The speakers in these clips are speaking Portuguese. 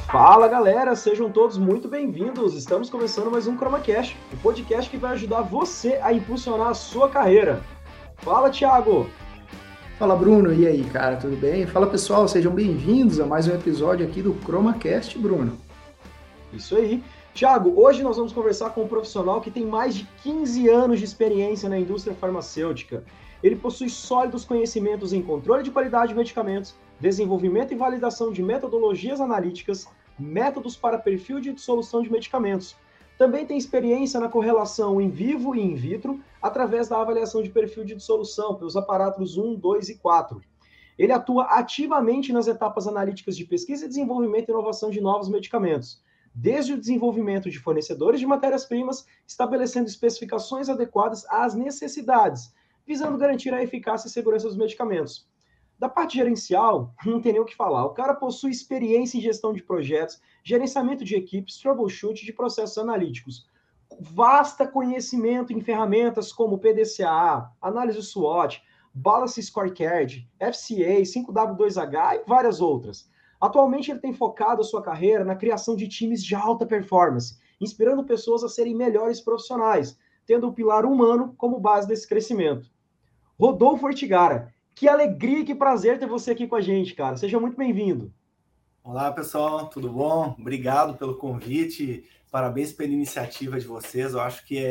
Fala galera, sejam todos muito bem-vindos. Estamos começando mais um ChromaCast, o podcast que vai ajudar você a impulsionar a sua carreira. Fala, Thiago! Fala, Bruno, e aí, cara, tudo bem? Fala, pessoal, sejam bem-vindos a mais um episódio aqui do ChromaCast, Bruno. Isso aí. Thiago, hoje nós vamos conversar com um profissional que tem mais de 15 anos de experiência na indústria farmacêutica. Ele possui sólidos conhecimentos em controle de qualidade de medicamentos, desenvolvimento e validação de metodologias analíticas, métodos para perfil de dissolução de medicamentos. Também tem experiência na correlação in vivo e in vitro, através da avaliação de perfil de dissolução pelos aparatos 1, 2 e 4. Ele atua ativamente nas etapas analíticas de pesquisa e desenvolvimento e inovação de novos medicamentos, desde o desenvolvimento de fornecedores de matérias-primas, estabelecendo especificações adequadas às necessidades, visando garantir a eficácia e segurança dos medicamentos. Da parte gerencial, não tem nem o que falar. O cara possui experiência em gestão de projetos, gerenciamento de equipes, troubleshoot de processos analíticos, vasta conhecimento em ferramentas como PDCA, análise SWOT, Balance Scorecard, FCA, 5W2H e várias outras. Atualmente ele tem focado a sua carreira na criação de times de alta performance, inspirando pessoas a serem melhores profissionais, tendo o pilar humano como base desse crescimento. Rodolfo Ortigara, que alegria e que prazer ter você aqui com a gente, cara. Seja muito bem-vindo. Olá, pessoal, tudo bom? Obrigado pelo convite, parabéns pela iniciativa de vocês. Eu acho que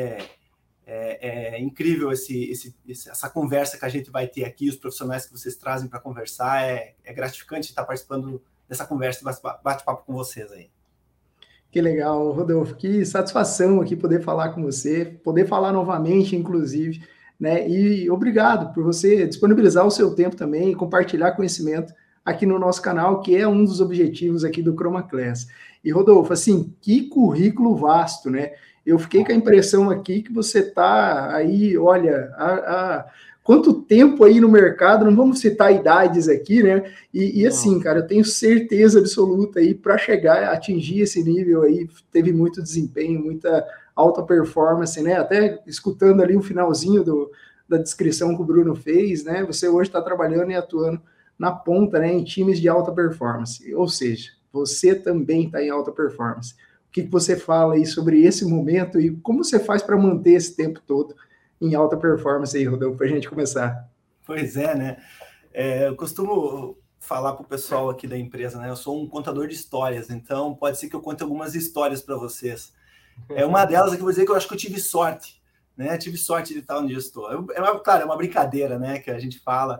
é incrível essa conversa que a gente vai ter aqui, os profissionais que vocês trazem para conversar. É gratificante estar participando dessa conversa e bate-papo com vocês aí. Que legal, Rodolfo, que satisfação aqui poder falar com você, poder falar novamente, inclusive, né? E obrigado por você disponibilizar o seu tempo também e compartilhar conhecimento aqui no nosso canal, que é um dos objetivos aqui do ChromaClass. E, Rodolfo, assim, que currículo vasto, né? Eu fiquei com a impressão aqui que você está aí, olha, quanto tempo aí no mercado, não vamos citar idades aqui, né? E assim, cara, eu tenho certeza absoluta aí para chegar a atingir esse nível aí, teve muito desempenho, muita alta performance, né? Até escutando ali o finalzinho da descrição que o Bruno fez, né? Você hoje está trabalhando e atuando na ponta, né, em times de alta performance. Ou seja, você também está em alta performance. O que você fala aí sobre esse momento e como você faz para manter esse tempo todo em alta performance aí, Rodolfo, para a gente começar? Pois é, né? Eu costumo falar para o pessoal aqui da empresa, né? Eu sou um contador de histórias, então pode ser que eu conte algumas histórias para vocês. Uma delas é que eu vou dizer que eu acho que eu tive sorte, né? Tive sorte de estar onde eu estou. Claro, é uma brincadeira, né? Que a gente fala.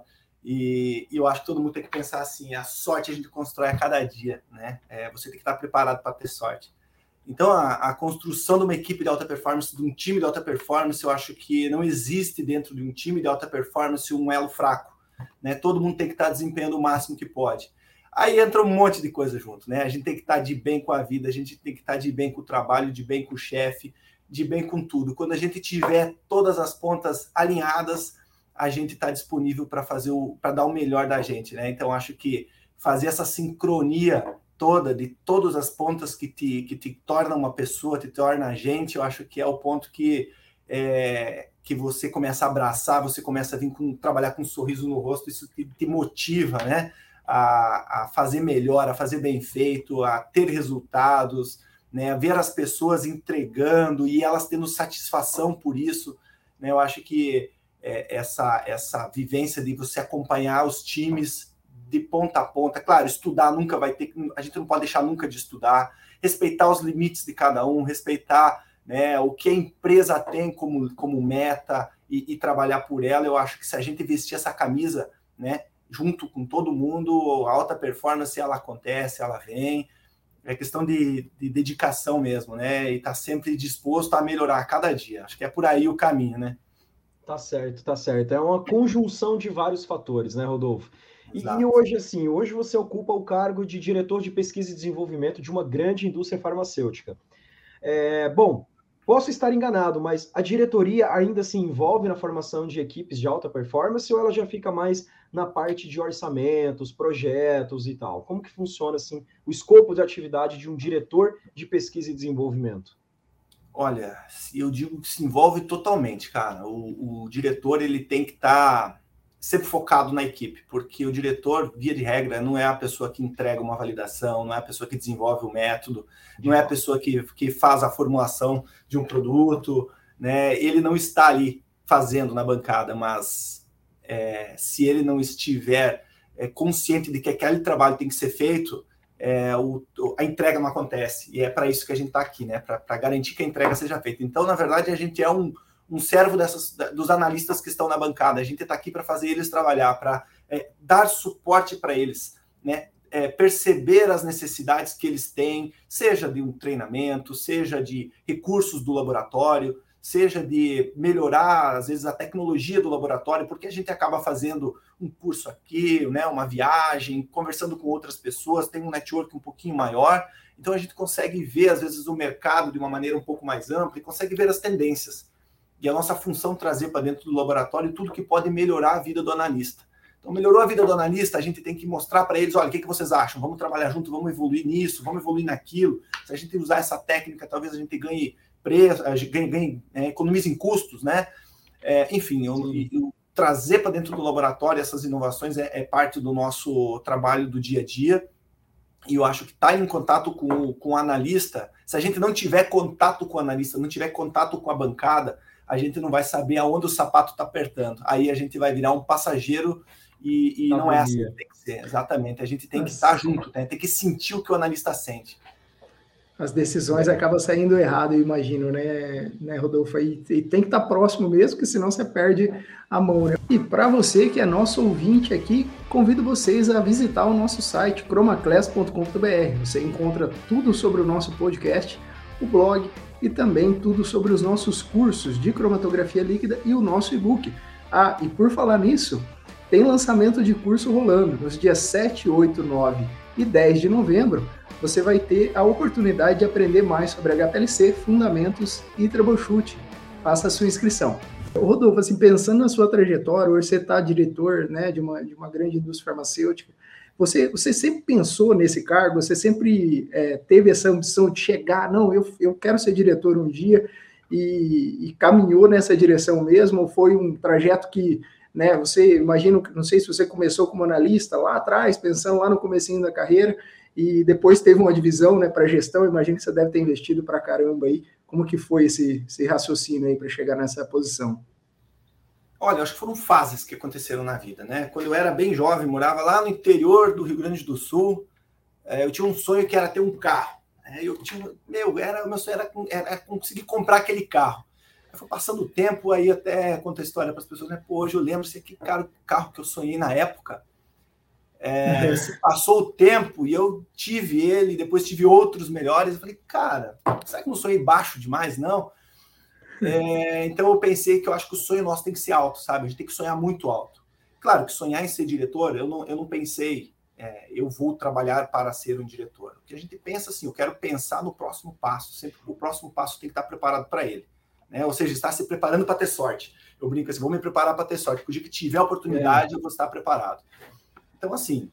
E eu acho que todo mundo tem que pensar assim, a sorte a gente constrói a cada dia, né? Você tem que estar preparado para ter sorte. Então, a construção de uma equipe de alta performance, de um time de alta performance, eu acho que não existe dentro de um time de alta performance um elo fraco, né? Todo mundo tem que estar desempenhando o máximo que pode. Aí entra um monte de coisa junto, né? A gente tem que estar de bem com a vida, a gente tem que estar de bem com o trabalho, de bem com o chefe, de bem com tudo. Quando a gente tiver todas as pontas alinhadas, a gente está disponível para dar o melhor da gente, né? Então, acho que fazer essa sincronia toda de todas as pontas que te torna uma pessoa, te torna a gente, eu acho que é o ponto que você começa a abraçar, você começa a trabalhar com um sorriso no rosto, isso te motiva, né? A fazer melhor, a fazer bem feito, a ter resultados, né? A ver as pessoas entregando e elas tendo satisfação por isso, né? Eu acho que essa vivência de você acompanhar os times de ponta a ponta, claro, estudar nunca vai ter, a gente não pode deixar nunca de estudar, respeitar os limites de cada um, respeitar, né, o que a empresa tem como meta e trabalhar por ela. Eu acho que se a gente vestir essa camisa, né, junto com todo mundo, a alta performance ela acontece, ela vem. É questão de dedicação mesmo, né, e estar sempre disposto a melhorar a cada dia. Acho que é por aí o caminho, né? Tá certo, tá certo. É uma conjunção de vários fatores, né, Rodolfo? E Exato. hoje, assim, hoje você ocupa o cargo de diretor de pesquisa e desenvolvimento de uma grande indústria farmacêutica. Bom, posso estar enganado, mas a diretoria ainda se envolve na formação de equipes de alta performance ou ela já fica mais na parte de orçamentos, projetos e tal? Como que funciona, assim, o escopo de atividade de um diretor de pesquisa e desenvolvimento? Olha, eu digo que se envolve totalmente, cara. O diretor ele tem que estar sempre focado na equipe, porque o diretor, via de regra, não é a pessoa que entrega uma validação, não é a pessoa que desenvolve o método, não é a pessoa que faz a formulação de um produto, né? Ele não está ali fazendo na bancada, mas se ele não estiver consciente de que aquele trabalho tem que ser feito, a entrega não acontece. E é para isso que a gente está aqui, né? Para garantir que a entrega seja feita. Então, na verdade, a gente é um servo dos analistas que estão na bancada. A gente está aqui para fazer eles trabalhar, para dar suporte para eles, né? Perceber as necessidades que eles têm, seja de um treinamento, seja de recursos do laboratório, seja de melhorar, às vezes, a tecnologia do laboratório, porque a gente acaba fazendo um curso aqui, né, uma viagem, conversando com outras pessoas, tem um network um pouquinho maior, então a gente consegue ver, às vezes, o mercado de uma maneira um pouco mais ampla e consegue ver as tendências. E a nossa função é trazer para dentro do laboratório tudo que pode melhorar a vida do analista. Então, melhorou a vida do analista, a gente tem que mostrar para eles, olha, o que vocês acham? Vamos trabalhar junto, vamos evoluir nisso, vamos evoluir naquilo. Se a gente usar essa técnica, talvez a gente ganhe preço, economize em custos, né? Enfim, eu trazer para dentro do laboratório essas inovações é parte do nosso trabalho do dia a dia. E eu acho que estar em contato com o analista, se a gente não tiver contato com o analista, não tiver contato com a bancada, a gente não vai saber aonde o sapato está apertando. Aí a gente vai virar um passageiro e não é assim que tem que ser. Exatamente. A gente tem que estar junto, né? Tem que sentir o que o analista sente. As decisões acabam saindo errado, eu imagino, né, Rodolfo? E tem que estar próximo mesmo, porque senão você perde a mão, né? E para você que é nosso ouvinte aqui, convido vocês a visitar o nosso site, chromaclass.com.br. Você encontra tudo sobre o nosso podcast, o blog e também tudo sobre os nossos cursos de cromatografia líquida e o nosso e-book. Ah, e por falar nisso, tem lançamento de curso rolando nos dias 7, 8, 9 e 10 de novembro. Você vai ter a oportunidade de aprender mais sobre HPLC, fundamentos e troubleshoot. Faça a sua inscrição. Rodolfo, assim, pensando na sua trajetória, hoje você está diretor, né, de uma grande indústria farmacêutica, você sempre pensou nesse cargo? Você sempre teve essa ambição de chegar, não, eu quero ser diretor um dia, e caminhou nessa direção mesmo? Ou foi um trajeto que, né, você, imagino, não sei se você começou como analista lá atrás, pensando lá no comecinho da carreira, e depois teve uma divisão, né, para gestão, imagino que você deve ter investido para caramba aí. Como que foi esse raciocínio aí para chegar nessa posição? Olha, acho que foram fases que aconteceram na vida, né? Quando eu era bem jovem, morava lá no interior do Rio Grande do Sul, eu tinha um sonho que era ter um carro. Meu sonho era conseguir comprar aquele carro. Aí foi passando o tempo, aí até conto a história para as pessoas, né? Pô, hoje eu lembro se aquele carro que eu sonhei na época, se passou o tempo e eu tive ele, depois tive outros melhores. Eu falei, cara, será que não sonhei baixo demais? Não. Então eu pensei que eu acho que o sonho nosso tem que ser alto, sabe? A gente tem que sonhar muito alto. Claro que sonhar em ser diretor, eu não pensei, eu vou trabalhar para ser um diretor. O que a gente pensa assim, eu quero pensar no próximo passo, sempre o próximo passo tem que estar preparado para ele. Né? Ou seja, estar se preparando para ter sorte. Eu brinco assim, vou me preparar para ter sorte, porque o dia que tiver a oportunidade eu vou estar preparado. Então, assim,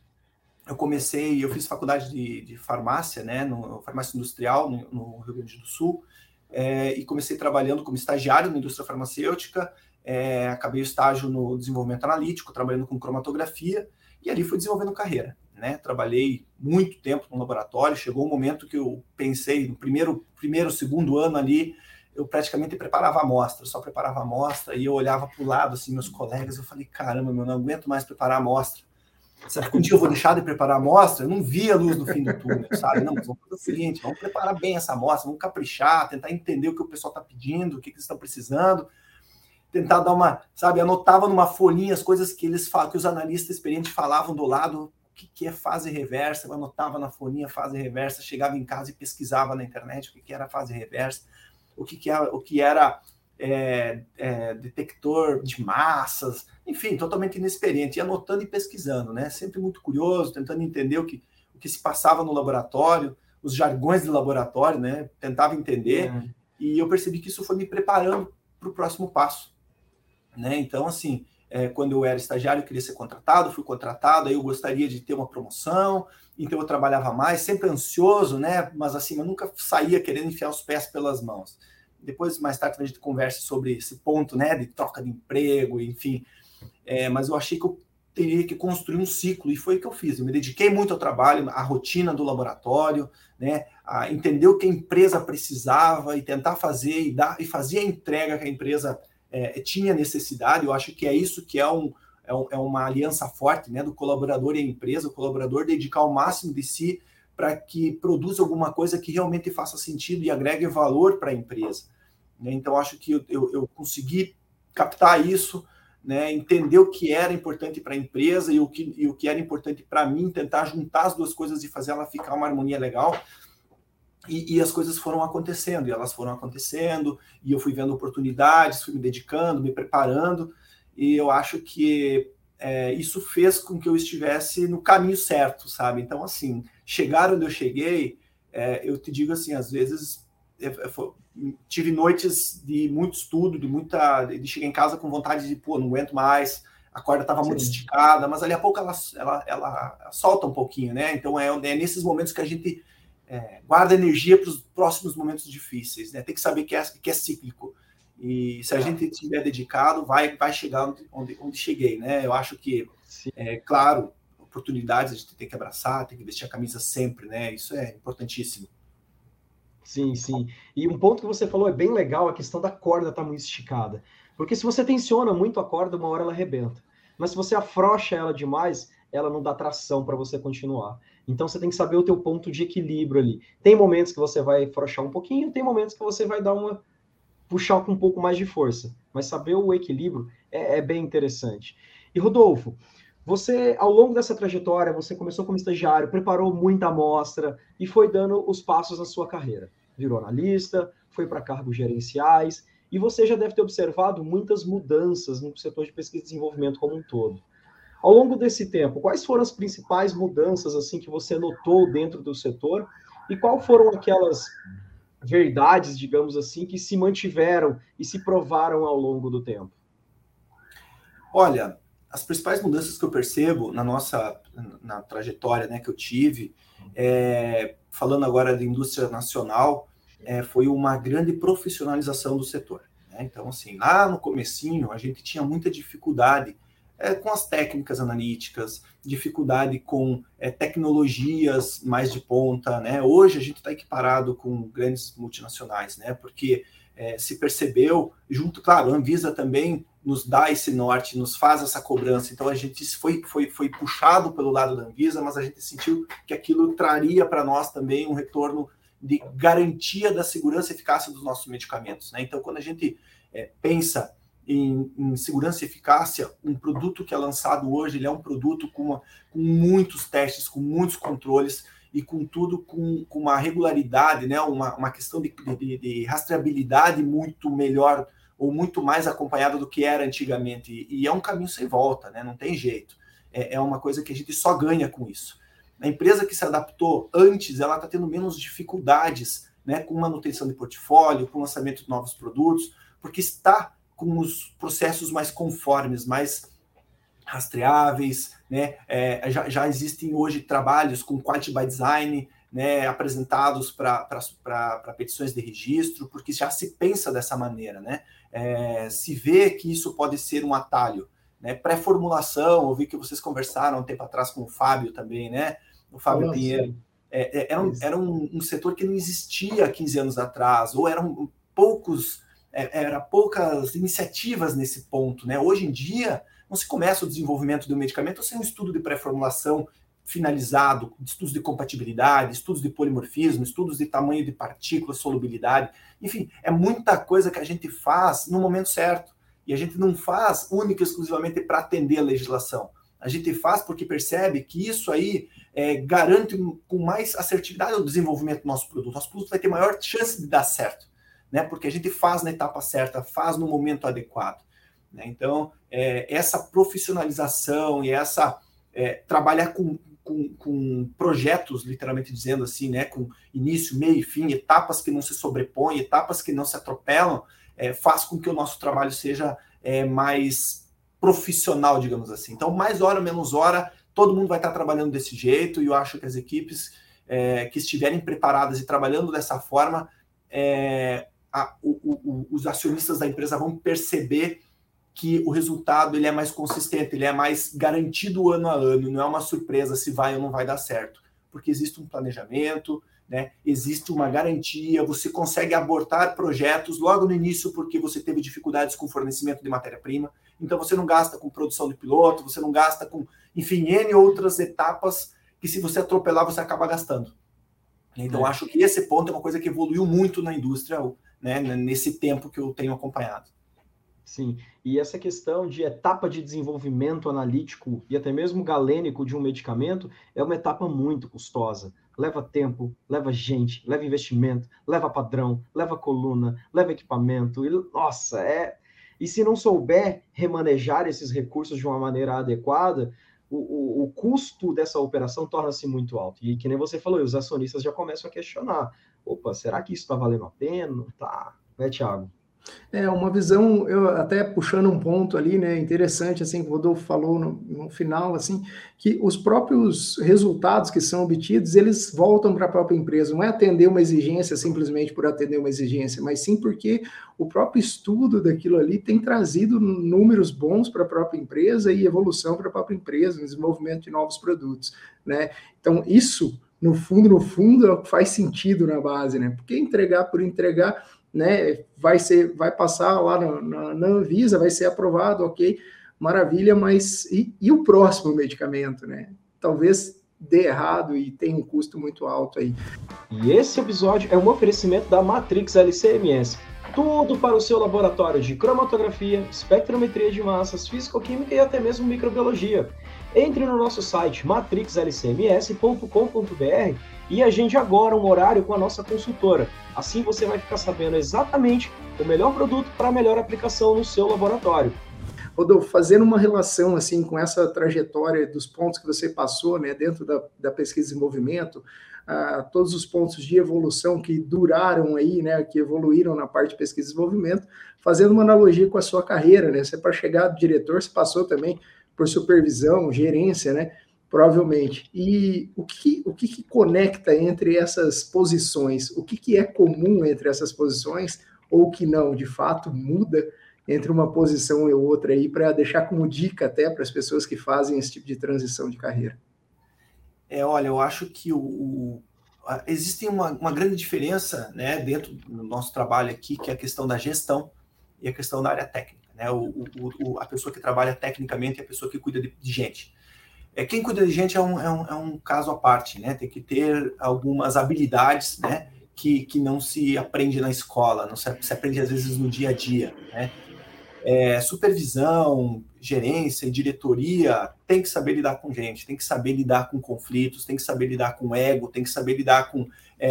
eu fiz faculdade de farmácia, né, farmácia industrial no Rio Grande do Sul, e comecei trabalhando como estagiário na indústria farmacêutica, acabei o estágio no desenvolvimento analítico, trabalhando com cromatografia, e ali fui desenvolvendo carreira, né? Trabalhei muito tempo no laboratório, chegou um momento que eu pensei, no primeiro, segundo ano ali, eu praticamente preparava a amostra, só preparava a amostra, e eu olhava para o lado, assim, meus colegas, eu falei, caramba, eu não aguento mais preparar a amostra. Será que um dia eu vou deixar de preparar a amostra? Eu não vi a luz no fim do túnel, sabe? Não, vamos fazer o seguinte, vamos preparar bem essa amostra, vamos caprichar, tentar entender o que o pessoal está pedindo, o que eles estão precisando, tentar dar uma, sabe, anotava numa folhinha as coisas que os analistas experientes falavam do lado, o que é fase reversa, eu anotava na folhinha fase reversa, chegava em casa e pesquisava na internet o que era fase reversa, o que era detector de massas, enfim, totalmente inexperiente, e anotando e pesquisando, né? Sempre muito curioso, tentando entender o que se passava no laboratório, os jargões do laboratório, né? Tentava entender, e eu percebi que isso foi me preparando para o próximo passo, né? Então, assim, quando eu era estagiário, eu queria ser contratado, fui contratado, aí eu gostaria de ter uma promoção, então eu trabalhava mais, sempre ansioso, né? Mas assim, eu nunca saía querendo enfiar os pés pelas mãos. Depois, mais tarde, a gente conversa sobre esse ponto, né, de troca de emprego, enfim. mas eu achei que eu teria que construir um ciclo, e foi o que eu fiz. Eu me dediquei muito ao trabalho, à rotina do laboratório, né, a entender o que a empresa precisava e tentar fazer e fazer a entrega que a empresa tinha necessidade. Eu acho que é isso que é uma aliança forte, né, do colaborador e a empresa, o colaborador dedicar o máximo de si para que produza alguma coisa que realmente faça sentido e agregue valor para a empresa. Então, acho que eu consegui captar isso, né, entender o que era importante para a empresa e o que era importante para mim, tentar juntar as duas coisas e fazer ela ficar uma harmonia legal. E as coisas foram acontecendo, e eu fui vendo oportunidades, fui me dedicando, me preparando, e eu acho que isso fez com que eu estivesse no caminho certo, sabe? Então, assim, chegar onde eu cheguei, eu te digo assim, às vezes tive noites de muito estudo, de chegar em casa com vontade de, não aguento mais, a corda estava muito esticada, mas ali a pouco ela solta um pouquinho, né? Então é nesses momentos que a gente guarda energia para os próximos momentos difíceis, né? Tem que saber que é cíclico. E se a gente estiver dedicado, vai chegar onde cheguei, né? Eu acho que, claro, oportunidades a gente tem que abraçar, tem que vestir a camisa sempre, né? Isso é importantíssimo. Sim, sim. E um ponto que você falou é bem legal, a questão da corda estar muito esticada. Porque se você tensiona muito a corda, uma hora ela arrebenta. Mas se você afrouxa ela demais, ela não dá tração para você continuar. Então você tem que saber o teu ponto de equilíbrio ali. Tem momentos que você vai afrouxar um pouquinho, tem momentos que você vai dar puxar com um pouco mais de força. Mas saber o equilíbrio é bem interessante. E Rodolfo, você, ao longo dessa trajetória, você começou como estagiário, preparou muita amostra e foi dando os passos na sua carreira. Virou analista, foi para cargos gerenciais, e você já deve ter observado muitas mudanças no setor de pesquisa e desenvolvimento como um todo. Ao longo desse tempo, quais foram as principais mudanças assim que você notou dentro do setor e quais foram aquelas verdades, digamos assim, que se mantiveram e se provaram ao longo do tempo? Olha, as principais mudanças que eu percebo na trajetória, né, que eu tive, falando agora da indústria nacional, foi uma grande profissionalização do setor, né? Então, assim, lá no comecinho, a gente tinha muita dificuldade com as técnicas analíticas, dificuldade com tecnologias mais de ponta, né? Hoje a gente está equiparado com grandes multinacionais, né? Porque se percebeu, claro, a Anvisa também nos dá esse norte, nos faz essa cobrança. Então a gente foi puxado pelo lado da Anvisa, mas a gente sentiu que aquilo traria para nós também um retorno de garantia da segurança e eficácia dos nossos medicamentos, né? Então, quando a gente pensa em segurança e eficácia, um produto que é lançado hoje, ele é um produto com muitos testes, com muitos controles e com tudo com uma regularidade, né? uma questão de rastreabilidade muito melhor ou muito mais acompanhada do que era antigamente. E é um caminho sem volta, né? Não tem jeito. É uma coisa que a gente só ganha com isso. A empresa que se adaptou antes, ela está tendo menos dificuldades, né? Com manutenção de portfólio, com lançamento de novos produtos, porque está com os processos mais conformes, mais rastreáveis, né? Já existem hoje trabalhos com Quality by Design, né, apresentados para petições de registro, porque já se pensa dessa maneira, né? Se vê que isso pode ser um atalho, né? Pré-formulação, eu vi que vocês conversaram um tempo atrás com o Fábio também, né? O Fábio Pinheiro. Era um setor que não existia há 15 anos atrás, ou eram poucas iniciativas nesse ponto, né? Hoje em dia, não se começa o desenvolvimento de um medicamento sem um estudo de pré-formulação finalizado, estudos de compatibilidade, estudos de polimorfismo, estudos de tamanho de partículas, solubilidade, enfim, é muita coisa que a gente faz no momento certo, e a gente não faz única e exclusivamente para atender a legislação, a gente faz porque percebe que isso aí garante com mais assertividade o desenvolvimento do nosso produto vai ter maior chance de dar certo, né? Porque a gente faz na etapa certa, faz no momento adequado, né? Então, essa profissionalização e essa trabalhar com projetos, literalmente dizendo assim, né? Com início, meio e fim, etapas que não se sobrepõem, etapas que não se atropelam, faz com que o nosso trabalho seja mais profissional, digamos assim. Então, mais hora, menos hora, todo mundo vai estar trabalhando desse jeito, e eu acho que as equipes que estiverem preparadas e trabalhando dessa forma, os acionistas da empresa vão perceber que o resultado ele é mais consistente, ele é mais garantido ano a ano, não é uma surpresa se vai ou não vai dar certo, porque existe um planejamento, né? Existe uma garantia, você consegue abortar projetos logo no início porque você teve dificuldades com fornecimento de matéria-prima, então você não gasta com produção de piloto, você não gasta com, enfim, N outras etapas que se você atropelar, você acaba gastando. Então, acho que esse ponto é uma coisa que evoluiu muito na indústria, né, nesse tempo que eu tenho acompanhado. Sim, e essa questão de etapa de desenvolvimento analítico e até mesmo galênico de um medicamento é uma etapa muito custosa. Leva tempo, leva gente, leva investimento, leva padrão, leva coluna, leva equipamento. E, nossa, E se não souber remanejar esses recursos de uma maneira adequada, o custo dessa operação torna-se muito alto. E que nem você falou, os acionistas já começam a questionar. Opa, será que isso está valendo a pena? Tá, né, Thiago? Uma visão, eu até puxando um ponto ali, né, interessante, assim, que o Rodolfo falou no final, assim, que os próprios resultados que são obtidos, eles voltam para a própria empresa, não é atender uma exigência simplesmente por atender uma exigência, mas sim porque o próprio estudo daquilo ali tem trazido números bons para a própria empresa e evolução para a própria empresa, no desenvolvimento de novos produtos, né, então isso, no fundo, é o que faz sentido na base, né, porque entregar por entregar, né, vai passar lá na Anvisa, vai ser aprovado, ok, maravilha, mas e o próximo medicamento, né? Talvez dê errado e tenha um custo muito alto aí. E esse episódio é um oferecimento da Matrix LC-MS. Tudo para o seu laboratório de cromatografia, espectrometria de massas, físico-química e até mesmo microbiologia. Entre no nosso site matrixlcms.com.br e agende agora um horário com a nossa consultora. Assim você vai ficar sabendo exatamente o melhor produto para a melhor aplicação no seu laboratório. Rodolfo, fazendo uma relação assim com essa trajetória dos pontos que você passou, né, dentro da pesquisa e desenvolvimento, todos os pontos de evolução que duraram aí, né, que evoluíram na parte de pesquisa e desenvolvimento, fazendo uma analogia com a sua carreira, né, você para chegar do diretor, você passou também por supervisão, gerência, né, provavelmente. E o que conecta entre essas posições? O que é comum entre essas posições ou que não, de fato, muda entre uma posição e outra aí, para deixar como dica até para as pessoas que fazem esse tipo de transição de carreira? Olha, eu acho que existe uma grande diferença, né, dentro do nosso trabalho aqui, que é a questão da gestão e a questão da área técnica, né? A pessoa que trabalha tecnicamente e a pessoa que cuida de gente. Quem cuida de gente é um caso à parte, né? Tem que ter algumas habilidades, né, que não se aprende na escola, não se aprende às vezes no dia a dia, né? Supervisão, gerência e diretoria tem que saber lidar com gente, tem que saber lidar com conflitos, tem que saber lidar com ego, tem que saber lidar com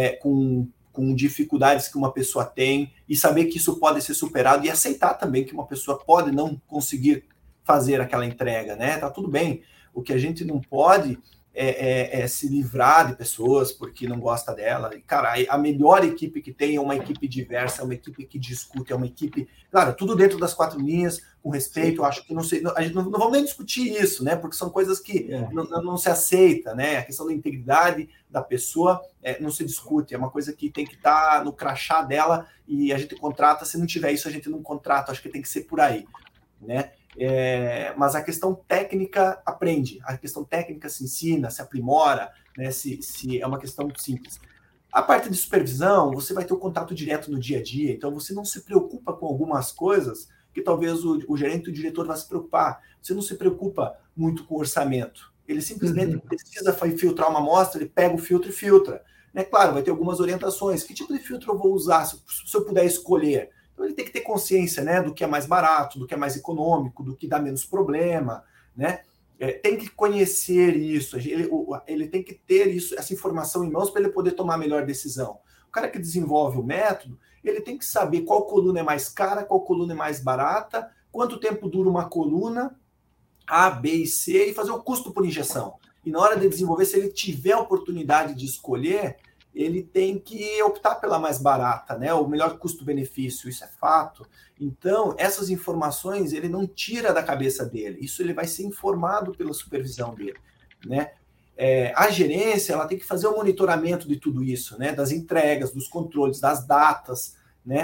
dificuldades que uma pessoa tem e saber que isso pode ser superado e aceitar também que uma pessoa pode não conseguir fazer aquela entrega, né? Tá tudo bem. O que a gente não pode é se livrar de pessoas porque não gosta dela. E, cara, a melhor equipe que tem é uma equipe diversa, é uma equipe que discute, é uma equipe... Claro, tudo dentro das quatro linhas, com respeito. Eu acho que a gente não vamos nem discutir isso, né? Porque são coisas que não se aceita, né? A questão da integridade da pessoa não se discute. É uma coisa que tem que estar no crachá dela e a gente contrata. Se não tiver isso, a gente não contrata. Acho que tem que ser por aí, né? Mas a questão técnica aprende, a questão técnica se ensina, se aprimora, né, se é uma questão simples. A parte de supervisão, você vai ter o contato direto no dia a dia, então você não se preocupa com algumas coisas que talvez o gerente e o diretor vá se preocupar. Você não se preocupa muito com o orçamento. Ele simplesmente precisa filtrar uma amostra, ele pega o filtro e filtra. Né? Claro, vai ter algumas orientações. Que tipo de filtro eu vou usar, se eu puder escolher? Então, ele tem que ter consciência, né, do que é mais barato, do que é mais econômico, do que dá menos problema, né? Tem que conhecer isso, ele tem que ter essa informação em mãos para ele poder tomar a melhor decisão. O cara que desenvolve o método, ele tem que saber qual coluna é mais cara, qual coluna é mais barata, quanto tempo dura uma coluna, A, B e C, e fazer o custo por injeção. E na hora de desenvolver, se ele tiver a oportunidade de escolher, ele tem que optar pela mais barata, né? O melhor custo-benefício, isso é fato. Então, essas informações ele não tira da cabeça dele, isso ele vai ser informado pela supervisão dele, né? A gerência ela tem que fazer o monitoramento de tudo isso, né? Das entregas, dos controles, das datas, né?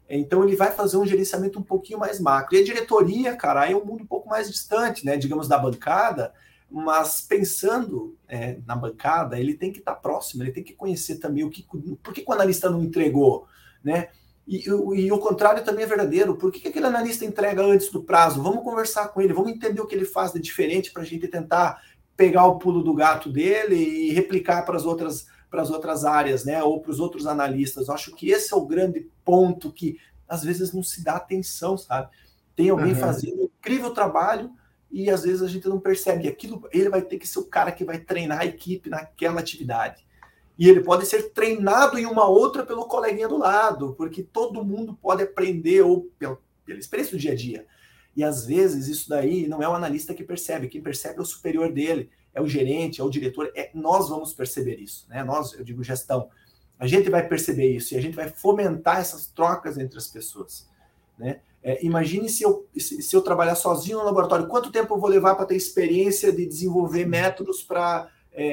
Então, ele vai fazer um gerenciamento um pouquinho mais macro. E a diretoria, cara, aí é um mundo um pouco mais distante, né, digamos, da bancada, mas pensando na bancada, ele tem que estar próximo, ele tem que conhecer também por que o analista não entregou, né? E o contrário também é verdadeiro. Por que aquele analista entrega antes do prazo? Vamos conversar com ele, vamos entender o que ele faz de diferente para a gente tentar pegar o pulo do gato dele e replicar para as outras áreas, né? Ou para os outros analistas. Eu acho que esse é o grande ponto que às vezes não se dá atenção, sabe? Tem alguém fazendo um incrível trabalho e às vezes a gente não percebe. E aquilo, ele vai ter que ser o cara que vai treinar a equipe naquela atividade. E ele pode ser treinado em uma outra pelo coleguinha do lado, porque todo mundo pode aprender ou pela experiência do dia a dia. E às vezes isso daí não é o analista que percebe, quem percebe é o superior dele, é o gerente, é o diretor, nós vamos perceber isso, né? Nós, eu digo gestão, a gente vai perceber isso e a gente vai fomentar essas trocas entre as pessoas, né? Imagine se eu trabalhar sozinho no laboratório, quanto tempo eu vou levar para ter experiência de desenvolver métodos para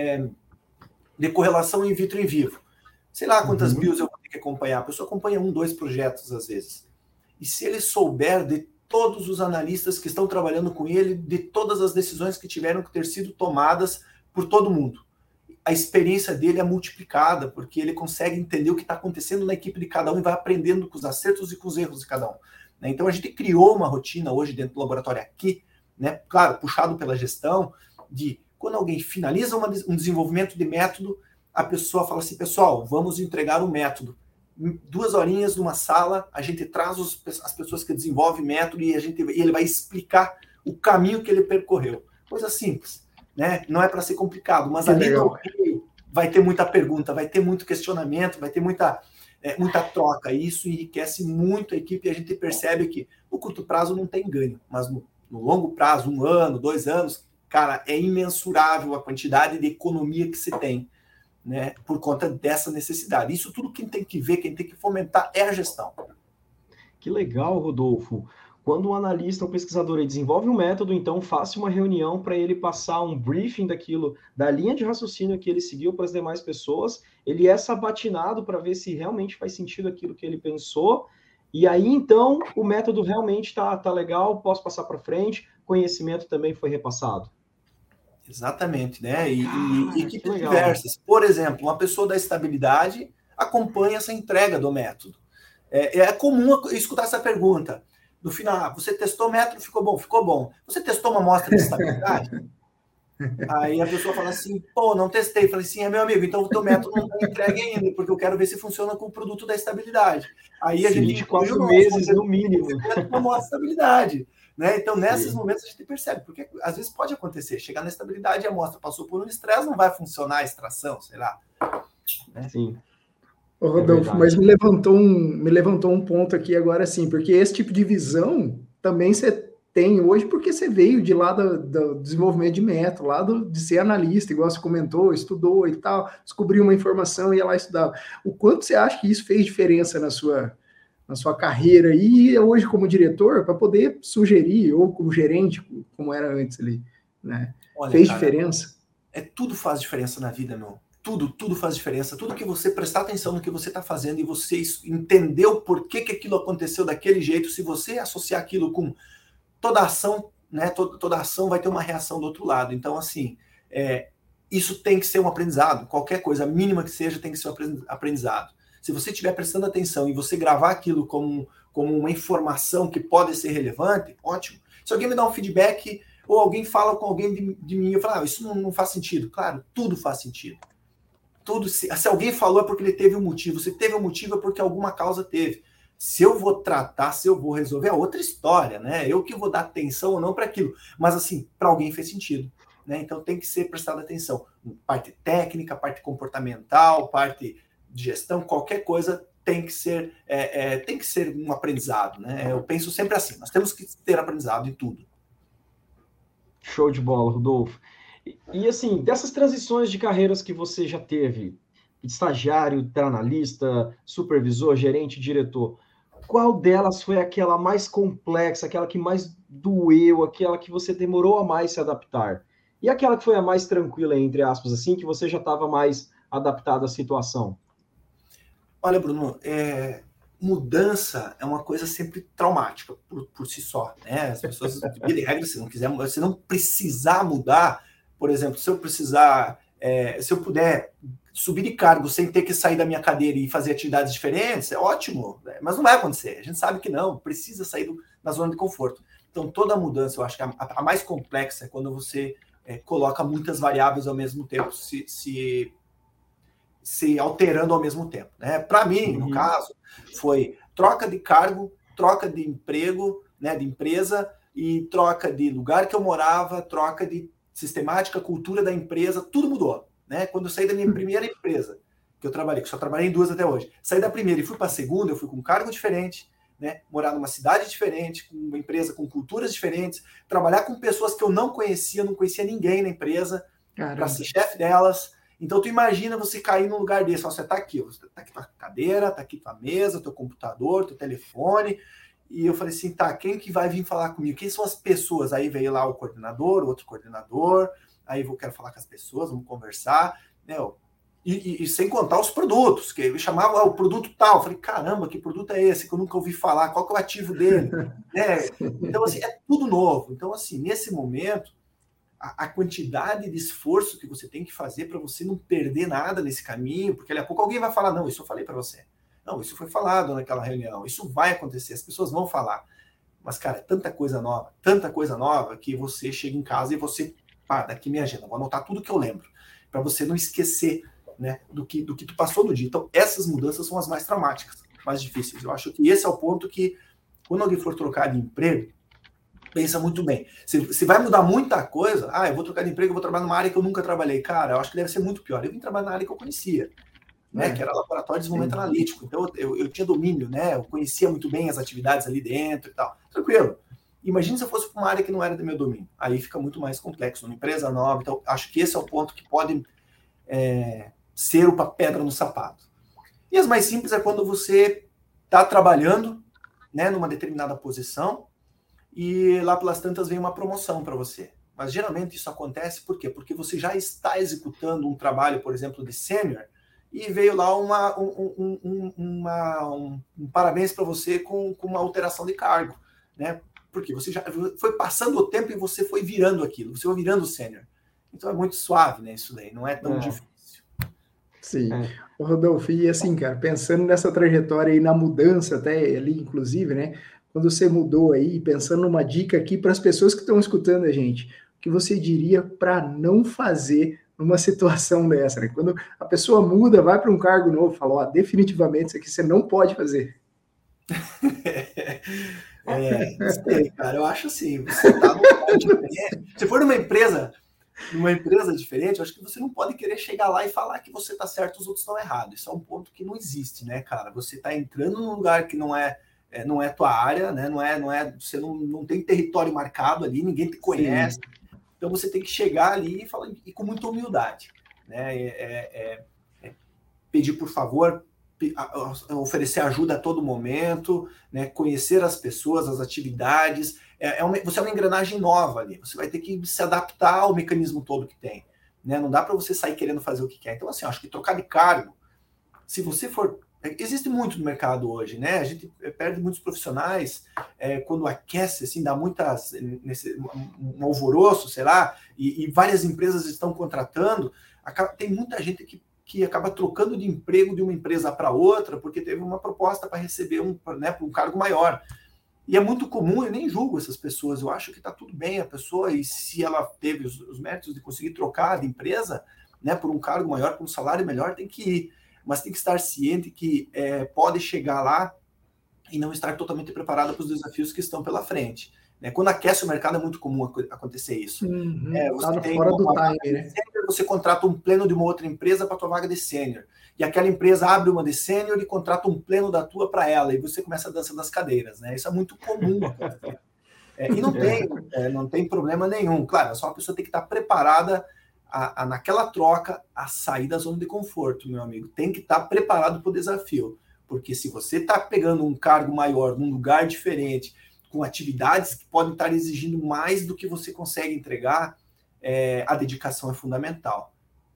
de correlação in vitro e in vivo. Sei lá quantas bios eu vou ter que acompanhar. A pessoa acompanha 1, 2 projetos às vezes. E se ele souber de todos os analistas que estão trabalhando com ele, de todas as decisões que tiveram que ter sido tomadas por todo mundo, a experiência dele é multiplicada, porque ele consegue entender o que está acontecendo na equipe de cada um e vai aprendendo com os acertos e com os erros de cada um. Então, a gente criou uma rotina hoje dentro do laboratório aqui, né? Claro, puxado pela gestão, de quando alguém finaliza um desenvolvimento de método, a pessoa fala assim, pessoal, vamos entregar um método. 2 horinhas numa sala, a gente traz as pessoas que desenvolvem método e ele vai explicar o caminho que ele percorreu. Coisa simples, né? Não é para ser complicado, mas ali vai ter muita pergunta, vai ter muito questionamento, vai ter muita troca. E isso enriquece muito a equipe e a gente percebe que no curto prazo não tem ganho, mas no longo prazo, 1 ano, 2 anos, cara, é imensurável a quantidade de economia que se tem, né, por conta dessa necessidade. Isso tudo quem tem que ver, quem tem que fomentar é a gestão. Que legal, Rodolfo. Quando um analista, um pesquisador desenvolve um método, então faça uma reunião para ele passar um briefing daquilo, da linha de raciocínio que ele seguiu para as demais pessoas, ele é sabatinado para ver se realmente faz sentido aquilo que ele pensou, e aí então o método realmente tá legal, posso passar para frente, conhecimento também foi repassado. Exatamente, né? E equipes diversas. Por exemplo, uma pessoa da estabilidade acompanha essa entrega do método. É comum escutar essa pergunta. No final, você testou o método, ficou bom? Ficou bom. Você testou uma amostra de estabilidade? Aí a pessoa fala assim, pô, não testei. Falei assim, meu amigo, então o teu método não está entregue ainda, porque eu quero ver se funciona com o produto da estabilidade. Aí a gente 24 meses no mínimo. Uma amostra de estabilidade. Né? Então, nesses momentos a gente percebe, porque às vezes pode acontecer, chegar na estabilidade e a amostra passou por um estresse, não vai funcionar a extração, sei lá. Né? Sim. Ô, Rodolfo, mas me levantou um ponto aqui agora sim, porque esse tipo de visão também você tem hoje, porque você veio de lá do desenvolvimento de método, lá de ser analista, igual você comentou, estudou e tal, descobriu uma informação e ia lá estudar. O quanto você acha que isso fez diferença na sua carreira e hoje como diretor, para poder sugerir, ou como gerente, como era antes ali, né? Olha, fez cara, diferença? Tudo faz diferença na vida, meu. Tudo faz diferença. Tudo que você prestar atenção no que você está fazendo e você entendeu por que aquilo aconteceu daquele jeito, se você associar aquilo com toda ação, né? Toda ação vai ter uma reação do outro lado. Então, assim, isso tem que ser um aprendizado. Qualquer coisa, mínima que seja, tem que ser um aprendizado. Se você estiver prestando atenção e você gravar aquilo como uma informação que pode ser relevante, ótimo. Se alguém me dá um feedback ou alguém fala com alguém de mim, eu falo, isso não faz sentido. Claro, tudo faz sentido. Tudo, se alguém falou é porque ele teve um motivo. Se teve um motivo é porque alguma causa teve. Se eu vou tratar, se eu vou resolver, é outra história, né? Eu que vou dar atenção ou não para aquilo. Mas, assim, para alguém fez sentido. Né? Então, tem que ser prestado atenção. Parte técnica, parte comportamental, parte de gestão, qualquer coisa tem que ser um aprendizado, né? Eu penso sempre assim, nós temos que ter aprendizado em tudo. Show de bola, Rodolfo. E assim, dessas transições de carreiras que você já teve, estagiário, analista, supervisor, gerente, diretor, qual delas foi aquela mais complexa, aquela que mais doeu, aquela que você demorou a mais se adaptar? E aquela que foi a mais tranquila, entre aspas, assim, que você já estava mais adaptado à situação? Olha, Bruno, mudança é uma coisa sempre traumática por si só, né? As pessoas, de regra, se não precisar mudar, por exemplo, se eu precisar, se eu puder subir de cargo sem ter que sair da minha cadeira e fazer atividades diferentes, é ótimo, né? Mas não vai acontecer. A gente sabe que não, precisa sair da zona de conforto. Então, toda mudança, eu acho que a mais complexa é quando você coloca muitas variáveis ao mesmo tempo, se alterando ao mesmo tempo, né? Para mim, no caso, foi troca de cargo, troca de emprego, né, de empresa, e troca de lugar que eu morava, troca de sistemática, cultura da empresa, tudo mudou, né? Quando eu saí da minha primeira empresa, que eu trabalhei, que só trabalhei em 2 até hoje, saí da primeira e fui para a segunda, eu fui com um cargo diferente, né? Morar numa cidade diferente, com uma empresa com culturas diferentes, trabalhar com pessoas que eu não conhecia ninguém na empresa, para ser chefe delas. Então, tu imagina você cair num lugar desse, você tá aqui tua cadeira, tá aqui tua mesa, teu computador, teu telefone, e eu falei assim, tá, quem que vai vir falar comigo? Quem são as pessoas? Aí veio lá o coordenador, o outro coordenador, aí eu quero falar com as pessoas, vamos conversar, né? E sem contar os produtos, que ele chamava o produto tal, eu falei, caramba, que produto é esse que eu nunca ouvi falar? Qual que é o ativo dele? Né? Então, assim, é tudo novo. Então, assim, nesse momento, a quantidade de esforço que você tem que fazer para você não perder nada nesse caminho, porque daqui a pouco alguém vai falar, não, isso eu falei para você. Não, isso foi falado naquela reunião, isso vai acontecer, as pessoas vão falar. Mas, cara, é tanta coisa nova, que você chega em casa e você, daqui minha agenda, vou anotar tudo que eu lembro, para você não esquecer, né, do que tu passou no dia. Então, essas mudanças são as mais traumáticas, mais difíceis. Eu acho que esse é o ponto que, quando alguém for trocar de emprego, pensa muito bem. Se vai mudar muita coisa, eu vou trocar de emprego, eu vou trabalhar numa área que eu nunca trabalhei. Cara, eu acho que deve ser muito pior. Eu vim trabalhar na área que eu conhecia, né? Que era laboratório de desenvolvimento analítico. Então, eu tinha domínio, né? Eu conhecia muito bem as atividades ali dentro e tal. Tranquilo. Imagina se eu fosse para uma área que não era do meu domínio. Aí fica muito mais complexo. Uma empresa nova. Então, acho que esse é o ponto que pode ser uma pedra no sapato. E as mais simples é quando você está trabalhando, né, numa determinada posição, e lá pelas tantas vem uma promoção para você. Mas geralmente isso acontece por quê? Porque você já está executando um trabalho, por exemplo, de sênior, e veio lá um parabéns para você com uma alteração de cargo, né? Porque você já foi passando o tempo e você foi virando aquilo, você foi virando sênior. Então é muito suave, né? Isso daí, não é tão difícil. Sim. Rodolfo, e assim, cara, pensando nessa trajetória aí, na mudança até ali, inclusive, né? Quando você mudou aí, pensando numa dica aqui para as pessoas que estão escutando a gente, o que você diria para não fazer numa situação dessa, né? Quando a pessoa muda, vai para um cargo novo, fala, definitivamente isso aqui você não pode fazer. Sei, cara, eu acho assim, você tá num lugar diferente. Se for numa empresa diferente, eu acho que você não pode querer chegar lá e falar que você tá certo e os outros estão errados. Isso é um ponto que não existe, né, cara? Você tá entrando num lugar que não é tua área, né? Você não tem território marcado ali, ninguém te conhece. Sim. Então você tem que chegar ali e falar e com muita humildade, né? Pedir por favor, oferecer ajuda a todo momento, né? Conhecer as pessoas, as atividades. Você é uma engrenagem nova ali. Você vai ter que se adaptar ao mecanismo todo que tem, né? Não dá para você sair querendo fazer o que quer. Então, assim, acho que trocar de cargo, se você for... Existe muito no mercado hoje, né? A gente perde muitos profissionais quando aquece, assim, dá um alvoroço, sei lá, e várias empresas estão contratando. Tem muita gente que acaba trocando de emprego de uma empresa para outra porque teve uma proposta para receber um cargo maior. E é muito comum, eu nem julgo essas pessoas, eu acho que está tudo bem a pessoa, e se ela teve os méritos de conseguir trocar de empresa, né, por um cargo maior, por um salário melhor, tem que ir. Mas tem que estar ciente que pode chegar lá e não estar totalmente preparado para os desafios que estão pela frente. Né? Quando aquece o mercado, é muito comum acontecer isso. Você tem fora do time, né? Você contrata um pleno de uma outra empresa para a tua vaga de sênior. E aquela empresa abre uma de sênior e contrata um pleno da tua para ela. E você começa a dança das cadeiras. Né? Isso é muito comum acontecer. E não tem problema nenhum. Claro, só a pessoa tem que estar preparada naquela troca a sair da zona de conforto, meu amigo. Tem que estar preparado para o desafio. Porque se você está pegando um cargo maior, num lugar diferente, com atividades que podem estar exigindo mais do que você consegue entregar, a dedicação é fundamental.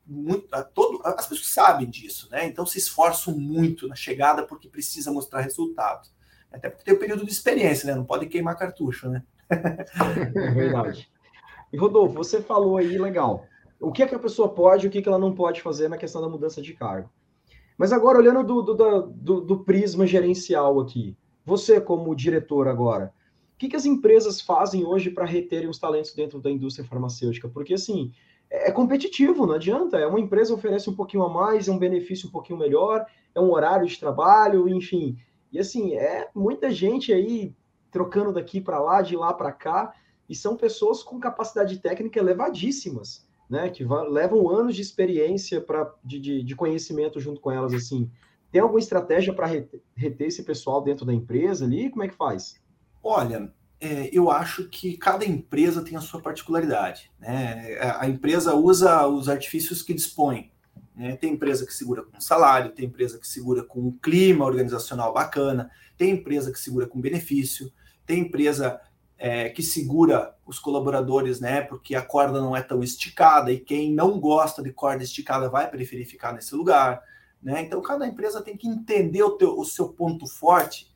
as pessoas sabem disso, né? Então se esforçam muito na chegada porque precisa mostrar resultado. Até porque tem o período de experiência, né? Não pode queimar cartucho, né? É verdade. E Rodolfo, você falou aí, legal. O que é que a pessoa pode e o que é que ela não pode fazer na questão da mudança de cargo. Mas agora, olhando do prisma gerencial aqui, você como diretor agora, o que as empresas fazem hoje para reterem os talentos dentro da indústria farmacêutica? Porque, assim, é competitivo, não adianta. É uma empresa oferece um pouquinho a mais, é um benefício um pouquinho melhor, é um horário de trabalho, enfim. E, assim, é muita gente aí trocando daqui para lá, de lá para cá, e são pessoas com capacidade técnica elevadíssimas, né, que levam anos de experiência de conhecimento junto com elas, assim. Tem alguma estratégia para reter esse pessoal dentro da empresa ali? Como é que faz? Olha, eu acho que cada empresa tem a sua particularidade, né? A empresa usa os artifícios que dispõe, né? Tem empresa que segura com salário, tem empresa que segura com um clima organizacional bacana, tem empresa que segura com benefício, tem empresa que segura os colaboradores, né? Porque a corda não é tão esticada e quem não gosta de corda esticada vai preferir ficar nesse lugar, né? Então cada empresa tem que entender o seu ponto forte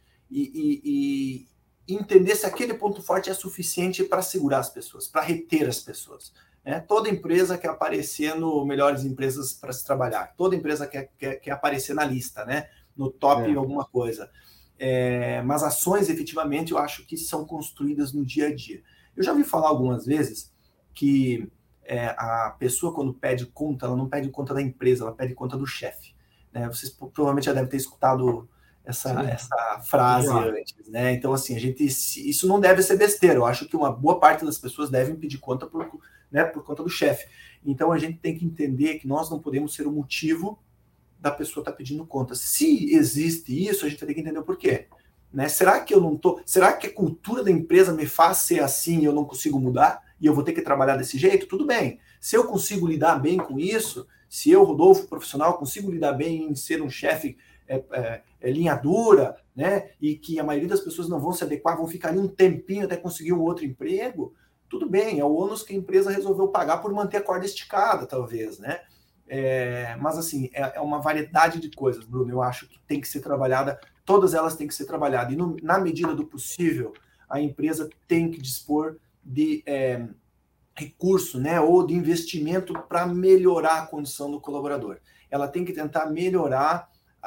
e entender se aquele ponto forte é suficiente para segurar as pessoas, para reter as pessoas. Né? Toda empresa quer aparecer no melhores empresas para se trabalhar. Toda empresa quer aparecer na lista, né? No top alguma coisa. Mas ações, efetivamente, eu acho que são construídas no dia a dia. Eu já ouvi falar algumas vezes que a pessoa, quando pede conta, ela não pede conta da empresa, ela pede conta do chefe. Né? Vocês provavelmente já devem ter escutado essa frase antes, né? Então, assim, isso não deve ser besteira. Eu acho que uma boa parte das pessoas devem pedir conta por conta do chefe. Então, a gente tem que entender que nós não podemos ser o motivo da pessoa estar pedindo conta. Se existe isso, a gente tem que entender o porquê. Né? Será que Será que a cultura da empresa me faz ser assim e eu não consigo mudar? E eu vou ter que trabalhar desse jeito? Tudo bem. Se eu consigo lidar bem com isso, se eu, Rodolfo, profissional, consigo lidar bem em ser um chefe linha dura, né? E que a maioria das pessoas não vão se adequar, vão ficar ali um tempinho até conseguir um outro emprego, tudo bem, é o ônus que a empresa resolveu pagar por manter a corda esticada, talvez, né? Mas assim, é uma variedade de coisas, Bruno, eu acho que tem que ser trabalhada, todas elas têm que ser trabalhadas, e na medida do possível, a empresa tem que dispor de recurso, né, ou de investimento para melhorar a condição do colaborador. Ela tem que tentar melhorar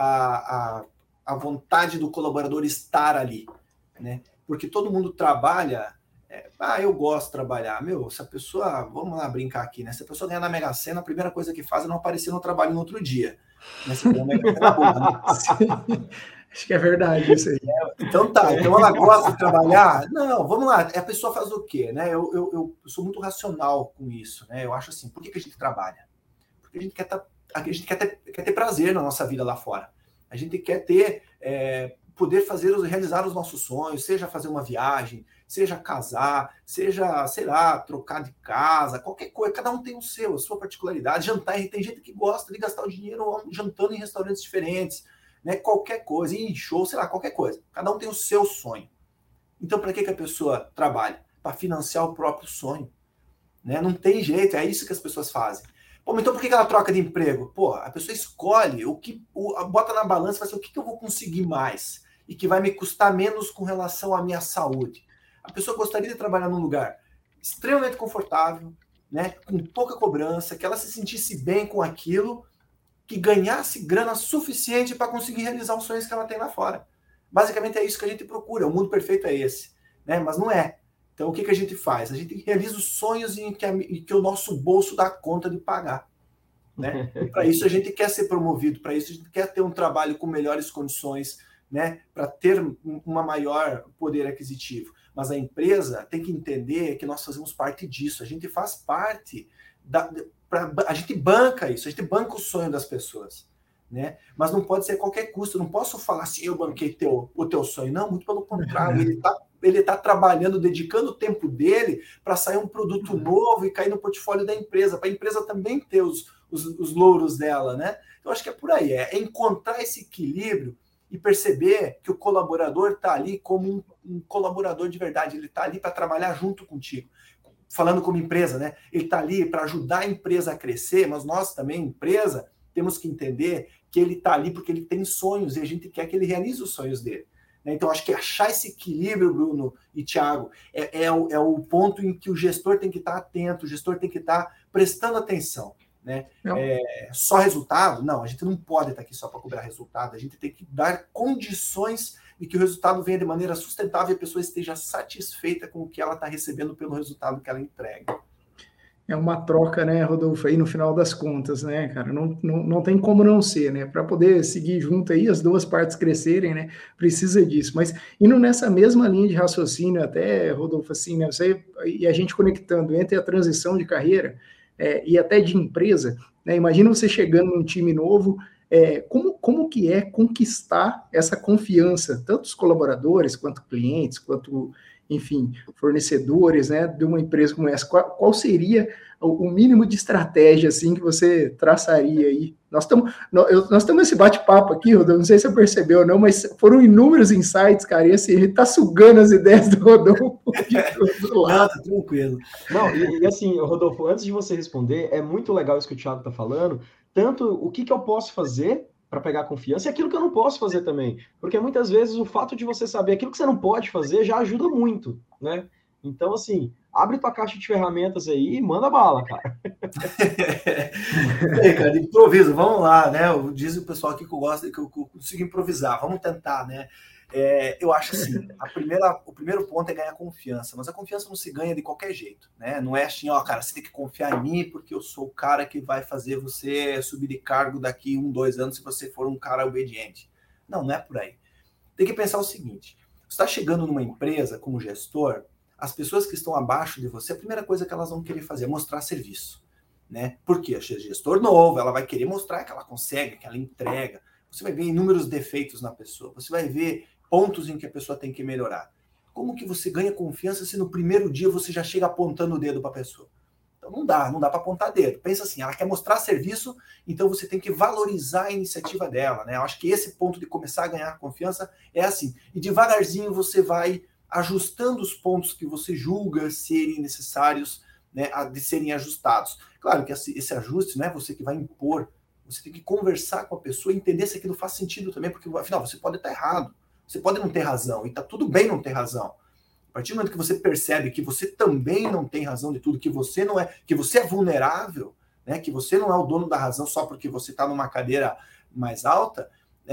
a vontade do colaborador estar ali, né? Porque todo mundo trabalha, eu gosto de trabalhar. Se a pessoa, vamos lá brincar aqui, né? Se a pessoa ganhar na Mega Sena, a primeira coisa que faz é não aparecer no trabalho no outro dia. Né? Se ganhar na Mega Sena, boa, né? Acho que é verdade isso aí. Então ela gosta de trabalhar? Não, vamos lá, a pessoa faz o quê? Né? Eu sou muito racional com isso, né? Eu acho assim, por que a gente trabalha? Porque a gente quer ter prazer na nossa vida lá fora. A gente quer ter, poder realizar os nossos sonhos, seja fazer uma viagem, seja casar, seja, sei lá, trocar de casa, qualquer coisa. Cada um tem a sua particularidade. Jantar, tem gente que gosta de gastar o dinheiro jantando em restaurantes diferentes, né? Qualquer coisa, ir em show, sei lá, qualquer coisa. Cada um tem o seu sonho. Então, para que a pessoa trabalha? Para financiar o próprio sonho. Né? Não tem jeito, é isso que as pessoas fazem. Então por que ela troca de emprego? A pessoa escolhe bota na balança e fala assim, o que eu vou conseguir mais e que vai me custar menos com relação à minha saúde. A pessoa gostaria de trabalhar num lugar extremamente confortável, né, com pouca cobrança, que ela se sentisse bem com aquilo, que ganhasse grana suficiente para conseguir realizar os sonhos que ela tem lá fora. Basicamente é isso que a gente procura, o mundo perfeito é esse, né? Mas não é. Então, o que a gente faz? A gente realiza os sonhos em que o nosso bolso dá conta de pagar. Né? E para isso a gente quer ser promovido, para isso a gente quer ter um trabalho com melhores condições, né? Para ter uma maior poder aquisitivo. Mas a empresa tem que entender que nós fazemos parte disso, a gente faz parte, a gente banca isso, a gente banca o sonho das pessoas. Né? Mas não pode ser a qualquer custo, eu não posso falar assim, eu banquei o teu sonho. Não, muito pelo contrário, ele está trabalhando, dedicando o tempo dele para sair um produto novo e cair no portfólio da empresa, para a empresa também ter os louros dela, né? Então, acho que é por aí, é encontrar esse equilíbrio e perceber que o colaborador está ali como um colaborador de verdade, ele está ali para trabalhar junto contigo. falando como empresa, né? Ele está ali para ajudar a empresa a crescer, mas nós também, empresa, temos que entender que ele está ali porque ele tem sonhos e a gente quer que ele realize os sonhos dele. Então, acho que achar esse equilíbrio, Bruno e Thiago, é o ponto em que o gestor tem que estar atento, o gestor tem que estar prestando atenção. Né? Só resultado? Não, a gente não pode estar aqui só para cobrar resultado, a gente tem que dar condições de que o resultado venha de maneira sustentável e a pessoa esteja satisfeita com o que ela está recebendo pelo resultado que ela entrega. É uma troca, né, Rodolfo, aí no final das contas, né, cara, não tem como não ser, né, para poder seguir junto aí, as duas partes crescerem, né, precisa disso, mas indo nessa mesma linha de raciocínio até, Rodolfo, assim, né, e a gente conectando entre a transição de carreira e até de empresa, né, imagina você chegando num time novo, como que é conquistar essa confiança, tanto dos colaboradores, quanto clientes, quanto enfim, fornecedores, né, de uma empresa como essa, qual seria o mínimo de estratégia, assim, que você traçaria aí? Nós estamos nesse bate-papo aqui, Rodolfo, não sei se você percebeu ou não, mas foram inúmeros insights, cara, e assim, ele tá sugando as ideias do Rodolfo de todo lado. Não, tranquilo. Não, e assim, Rodolfo, antes de você responder, é muito legal isso que o Thiago tá falando, tanto o que eu posso fazer para pegar confiança e aquilo que eu não posso fazer também. Porque muitas vezes o fato de você saber aquilo que você não pode fazer já ajuda muito, né? Então, assim, abre tua caixa de ferramentas aí e manda bala, cara. Cara, improviso, vamos lá, né? Diz o pessoal aqui que eu gosto, que eu consigo improvisar, vamos tentar, né? Eu acho assim, o primeiro ponto é ganhar confiança, mas a confiança não se ganha de qualquer jeito, né? Não é assim, ó, cara, você tem que confiar em mim porque eu sou o cara que vai fazer você subir de cargo daqui 1, 2 anos se você for um cara obediente. Não é por aí. Tem que pensar o seguinte, você está chegando numa empresa como gestor, as pessoas que estão abaixo de você, a primeira coisa que elas vão querer fazer é mostrar serviço, né? Porque a gestor novo, ela vai querer mostrar que ela consegue, que ela entrega. Você vai ver inúmeros defeitos na pessoa, você vai ver pontos em que a pessoa tem que melhorar. Como que você ganha confiança se no primeiro dia você já chega apontando o dedo para a pessoa? Então não dá para apontar dedo. Pensa assim, ela quer mostrar serviço, então você tem que valorizar a iniciativa dela, né? Eu acho que esse ponto de começar a ganhar confiança é assim. E devagarzinho você vai ajustando os pontos que você julga serem necessários, né, de serem ajustados. Claro que esse ajuste não é você que vai impor, você tem que conversar com a pessoa e entender se aquilo faz sentido também, porque afinal você pode estar errado. Você pode não ter razão, e tá tudo bem não ter razão. A partir do momento que você percebe que você também não tem razão de tudo, que você não é, que você é vulnerável, né, que você não é o dono da razão só porque você está numa cadeira mais alta,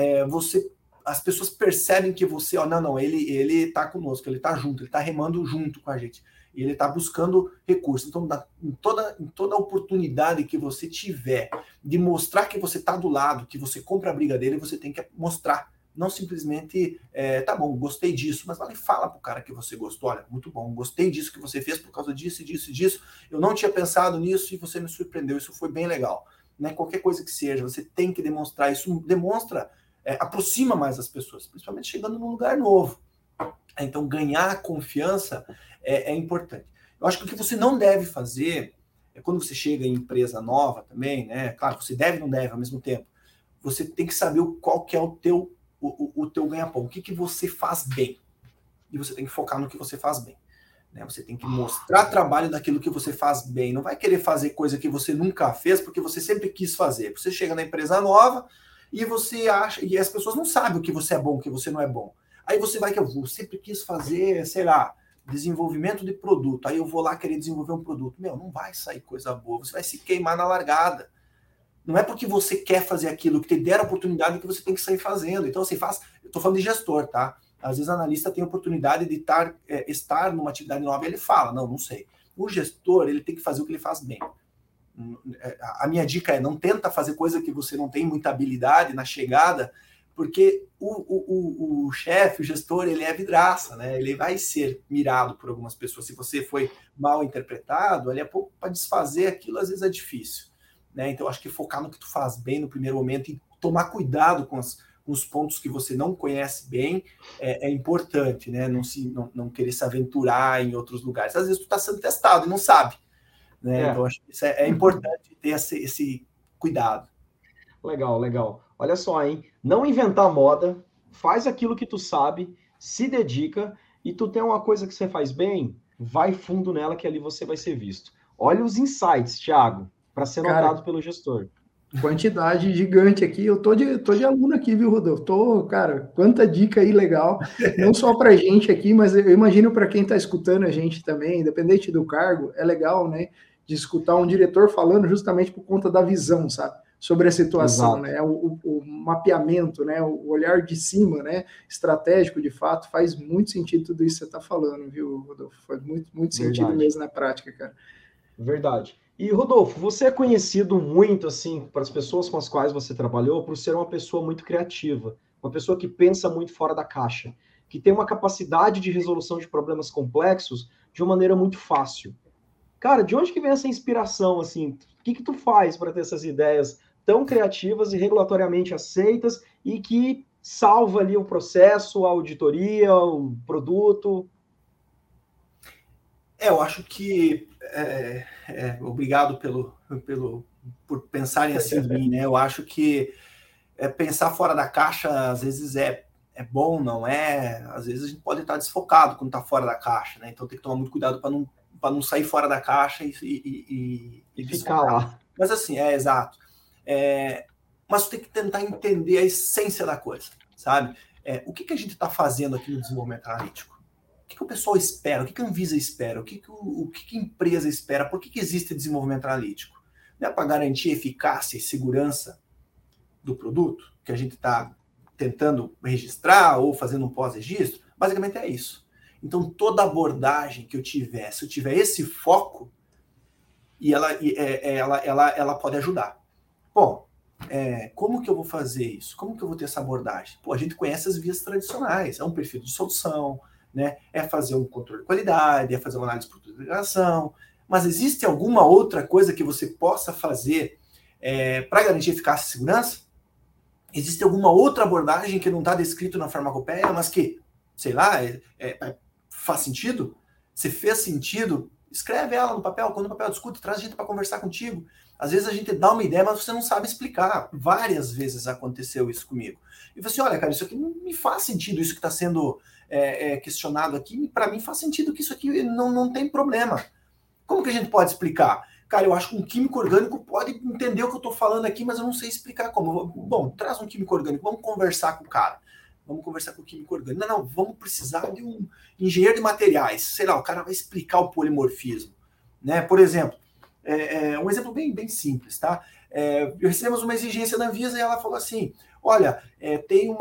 as pessoas percebem que você, ele tá conosco, ele tá junto, ele tá remando junto com a gente, e ele tá buscando recursos. Então, em toda oportunidade que você tiver de mostrar que você tá do lado, que você compra a briga dele, você tem que mostrar. Não simplesmente, tá bom, gostei disso, mas fala pro cara que você gostou, olha, muito bom, gostei disso que você fez por causa disso, disso, disso, eu não tinha pensado nisso e você me surpreendeu, isso foi bem legal. Né? Qualquer coisa que seja, você tem que demonstrar, isso demonstra, aproxima mais as pessoas, principalmente chegando num lugar novo. Então, ganhar confiança é importante. Eu acho que o que você não deve fazer, quando você chega em empresa nova também, né? Claro, você deve e não deve ao mesmo tempo, você tem que saber qual que é o teu ganha-pão, o que você faz bem. E você tem que focar no que você faz bem. Né? Você tem que mostrar trabalho daquilo que você faz bem. Não vai querer fazer coisa que você nunca fez porque você sempre quis fazer. Você chega na empresa nova e você acha... E as pessoas não sabem o que você é bom, o que você não é bom. Aí você vai que eu sempre quis fazer, sei lá, desenvolvimento de produto. Aí eu vou lá querer desenvolver um produto. Não vai sair coisa boa. Você vai se queimar na largada. Não é porque você quer fazer aquilo, que te der a oportunidade que você tem que sair fazendo. Então, assim, eu estou falando de gestor, tá? Às vezes, o analista tem a oportunidade de estar numa atividade nova e ele fala, não sei. O gestor, ele tem que fazer o que ele faz bem. A minha dica é, não tenta fazer coisa que você não tem muita habilidade na chegada, porque o chefe, o gestor, ele é vidraça, né? Ele vai ser mirado por algumas pessoas. Se você foi mal interpretado, ali a pouco, para desfazer aquilo, às vezes é difícil. Né? Então, acho que focar no que tu faz bem no primeiro momento e tomar cuidado com os pontos que você não conhece bem é importante, né? Não querer se aventurar em outros lugares. Às vezes tu está sendo testado e não sabe. Né? Então, acho que isso é importante ter esse cuidado. Legal. Olha só, hein? Não inventar moda, faz aquilo que tu sabe, se dedica, e tu tem uma coisa que você faz bem, vai fundo nela que ali você vai ser visto. Olha os insights, Thiago, para ser notado pelo gestor. Quantidade gigante aqui. Eu tô de aluno aqui, viu, Rodolfo? Cara, quanta dica aí legal. Não só para gente aqui, mas eu imagino para quem está escutando a gente também, independente do cargo, é legal, né? De escutar um diretor falando justamente por conta da visão, sabe? Sobre a situação, né? O mapeamento, né? O olhar de cima, né? Estratégico, de fato, faz muito sentido tudo isso que você está falando, viu, Rodolfo? Faz muito sentido mesmo na prática, cara. Verdade. E, Rodolfo, você é conhecido muito, assim, para as pessoas com as quais você trabalhou, por ser uma pessoa muito criativa, uma pessoa que pensa muito fora da caixa, que tem uma capacidade de resolução de problemas complexos de uma maneira muito fácil. Cara, de onde que vem essa inspiração, assim? O que tu faz para ter essas ideias tão criativas e regulatoriamente aceitas e que salva ali o processo, a auditoria, o produto? Eu acho que obrigado por pensarem assim de mim, né? Eu acho que pensar fora da caixa às vezes é bom, não é? Às vezes a gente pode estar desfocado quando está fora da caixa, né? Então tem que tomar muito cuidado para não sair fora da caixa e ficar lá. Mas assim, exato. Mas tem que tentar entender a essência da coisa, sabe? O que a gente está fazendo aqui no desenvolvimento analítico? O que o pessoal espera? O que a Anvisa espera? O que a empresa espera? Por que existe desenvolvimento analítico? Não é para garantir eficácia e segurança do produto que a gente está tentando registrar ou fazendo um pós-registro? Basicamente é isso. Então, toda abordagem que eu tiver, se eu tiver esse foco, ela pode ajudar. Bom, como que eu vou fazer isso? Como que eu vou ter essa abordagem? Pô, a gente conhece as vias tradicionais, é um perfil de solução, né? É fazer um controle de qualidade, é fazer uma análise de produto de integração, mas existe alguma outra coisa que você possa fazer para garantir eficácia e segurança? Existe alguma outra abordagem que não está descrito na farmacopeia, mas que, sei lá, faz sentido? Se fez sentido, escreve ela no papel, quando o papel discute, traz gente para conversar contigo. Às vezes a gente dá uma ideia, mas você não sabe explicar. Várias vezes aconteceu isso comigo. E você, olha, cara, isso aqui não me faz sentido, isso que está sendo questionado aqui, para mim faz sentido que isso aqui não tem problema. Como que a gente pode explicar? Cara, eu acho que um químico orgânico pode entender o que eu estou falando aqui, mas eu não sei explicar como. Bom, traz um químico orgânico, vamos conversar com o cara. Vamos conversar com o químico orgânico. Não, vamos precisar de um engenheiro de materiais. Sei lá, o cara vai explicar o polimorfismo. Né? Por exemplo, um exemplo bem simples, tá? Recebemos uma exigência da Anvisa e ela falou assim, olha, tem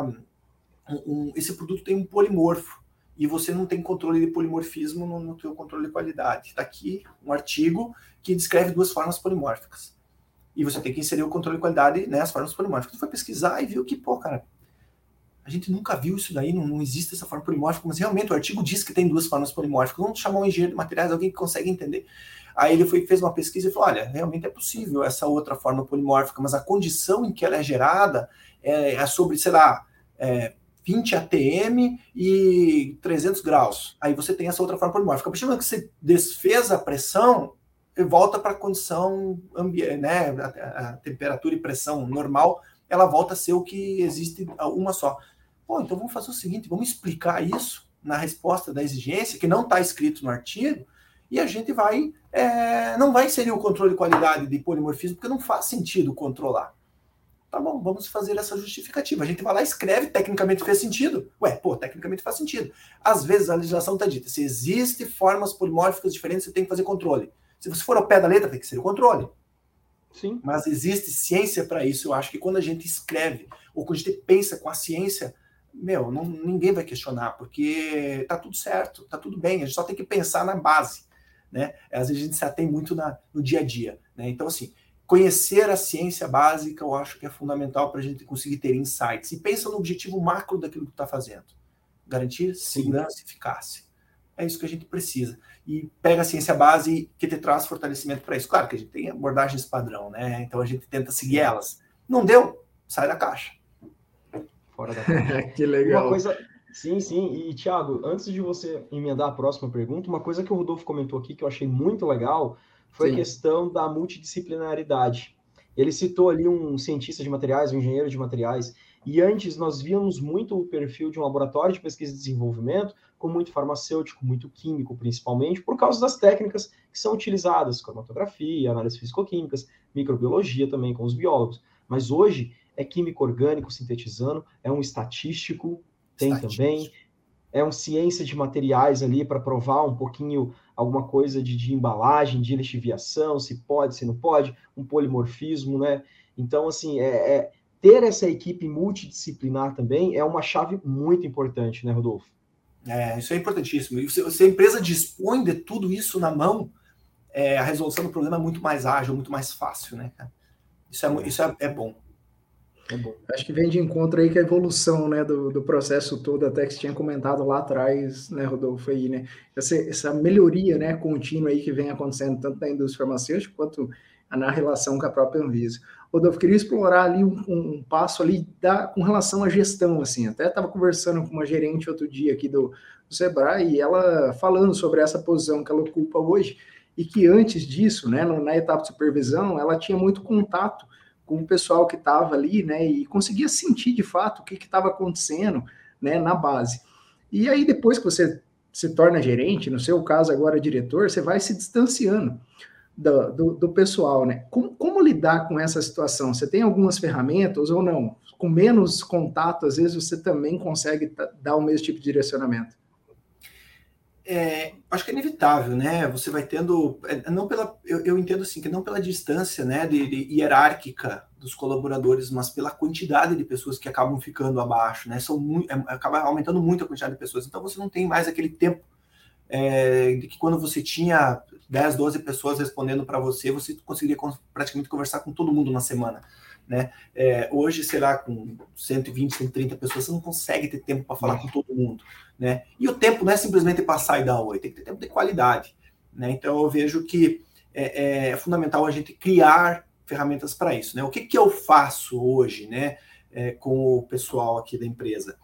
esse produto tem um polimorfo e você não tem controle de polimorfismo no teu controle de qualidade. Está aqui um artigo que descreve 2 formas polimórficas. E você tem que inserir o controle de qualidade nas formas polimórficas. Você foi pesquisar e viu que, pô, cara, a gente nunca viu isso daí, não existe essa forma polimórfica, mas realmente o artigo diz que tem 2 formas polimórficas. Vamos chamar um engenheiro de materiais, alguém que consegue entender. Aí ele fez uma pesquisa e falou, olha, realmente é possível essa outra forma polimórfica, mas a condição em que ela é gerada é sobre, sei lá, 20 atm e 300 graus. Aí você tem essa outra forma polimórfica. A partir do momento que você desfez a pressão, volta para a condição ambiente, né? A temperatura e pressão normal, ela volta a ser o que existe uma só. Pô, então vamos fazer o seguinte, vamos explicar isso na resposta da exigência, que não está escrito no artigo, e a gente não vai inserir o controle de qualidade de polimorfismo, porque não faz sentido controlar. Tá bom, vamos fazer essa justificativa. A gente vai lá e escreve, tecnicamente fez sentido. Tecnicamente faz sentido. Às vezes a legislação está dita, se existem formas polimórficas diferentes, você tem que fazer controle. Se você for ao pé da letra, tem que ser o controle. Sim. Mas existe ciência para isso. Eu acho que quando a gente escreve, ou quando a gente pensa com a ciência, ninguém vai questionar, porque tá tudo certo, tá tudo bem, a gente só tem que pensar na base. Né? Às vezes a gente se atém muito no dia a dia. Né? Então, assim, conhecer a ciência básica eu acho que é fundamental para a gente conseguir ter insights. E pensa no objetivo macro daquilo que está fazendo. Garantir segurança e eficácia. É isso que a gente precisa. E pega a ciência base que te traz fortalecimento para isso. Claro que a gente tem abordagens padrão, né? Então a gente tenta seguir elas. Não deu? Sai da caixa. Fora da caixa. Que legal. Uma coisa... Sim. E, Thiago, antes de você emendar a próxima pergunta, uma coisa que o Rodolfo comentou aqui que eu achei muito legal foi a questão da multidisciplinaridade. Ele citou ali um cientista de materiais, um engenheiro de materiais, E antes nós víamos muito o perfil de um laboratório de pesquisa e desenvolvimento, com muito farmacêutico, muito químico, principalmente, por causa das técnicas que são utilizadas, cromatografia, análises físico-químicas, microbiologia também com os biólogos. Mas hoje é químico orgânico sintetizando, é um estatístico, tem também, é um ciência de materiais ali para provar um pouquinho alguma coisa de embalagem, de lixiviação, se pode, se não pode, um polimorfismo, né? Então, assim, ter essa equipe multidisciplinar também é uma chave muito importante, né, Rodolfo? Isso é importantíssimo. E se a empresa dispõe de tudo isso na mão, a resolução do problema é muito mais ágil, muito mais fácil, né, cara? Isso é bom. É bom. Acho que vem de encontro aí com a evolução, né, do processo todo, até que você tinha comentado lá atrás, né, Rodolfo, aí, né, essa melhoria, né, contínua aí que vem acontecendo tanto na indústria farmacêutica quanto na relação com a própria Anvisa. Rodolfo, queria explorar ali um passo ali com relação à gestão, assim, até estava conversando com uma gerente outro dia aqui do Sebrae, e ela falando sobre essa posição que ela ocupa hoje, e que antes disso, né, na etapa de supervisão, ela tinha muito contato com o pessoal que estava ali, né, e conseguia sentir de fato o que estava acontecendo, né, na base. E aí depois que você se torna gerente, no seu caso agora diretor, você vai se distanciando do pessoal, né? Como lidar com essa situação? Você tem algumas ferramentas ou não? Com menos contato, às vezes você também consegue dar o mesmo tipo de direcionamento. Acho que é inevitável, né? Você vai tendo, não pela, eu entendo assim, que não pela distância, né, de hierárquica dos colaboradores, mas pela quantidade de pessoas que acabam ficando abaixo, né? Acaba aumentando muito a quantidade de pessoas. Então você não tem mais aquele tempo de que quando você tinha 10, 12 pessoas respondendo para você conseguiria praticamente conversar com todo mundo na semana, né? Hoje, sei lá, com 120, 130 pessoas, você não consegue ter tempo para falar com todo mundo, né? E o tempo não é simplesmente passar e dar oi, tem que ter tempo de qualidade, né? Então eu vejo que é fundamental a gente criar ferramentas para isso, né? O que eu faço hoje, né, com o pessoal aqui da empresa?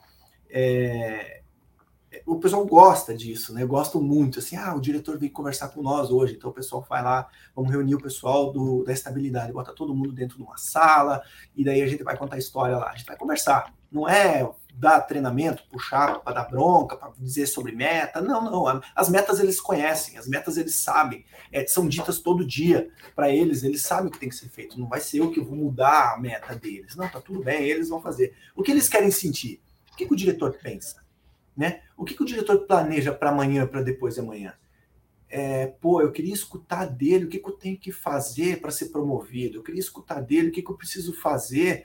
O pessoal gosta disso, né? Eu gosto muito, assim, o diretor veio conversar com nós hoje, então o pessoal vai lá, vamos reunir o pessoal da estabilidade, bota todo mundo dentro de uma sala, e daí a gente vai contar a história lá, a gente vai conversar. Não é dar treinamento, puxar para dar bronca, para dizer sobre meta, não. As metas eles conhecem, as metas eles sabem, são ditas todo dia para eles sabem o que tem que ser feito, não vai ser eu que vou mudar a meta deles. Não, tá tudo bem, eles vão fazer. O que eles querem sentir? O que o diretor pensa? Né? O que o diretor planeja para amanhã, para depois de amanhã? Eu queria escutar dele o que eu tenho que fazer para ser promovido, eu queria escutar dele o que eu preciso fazer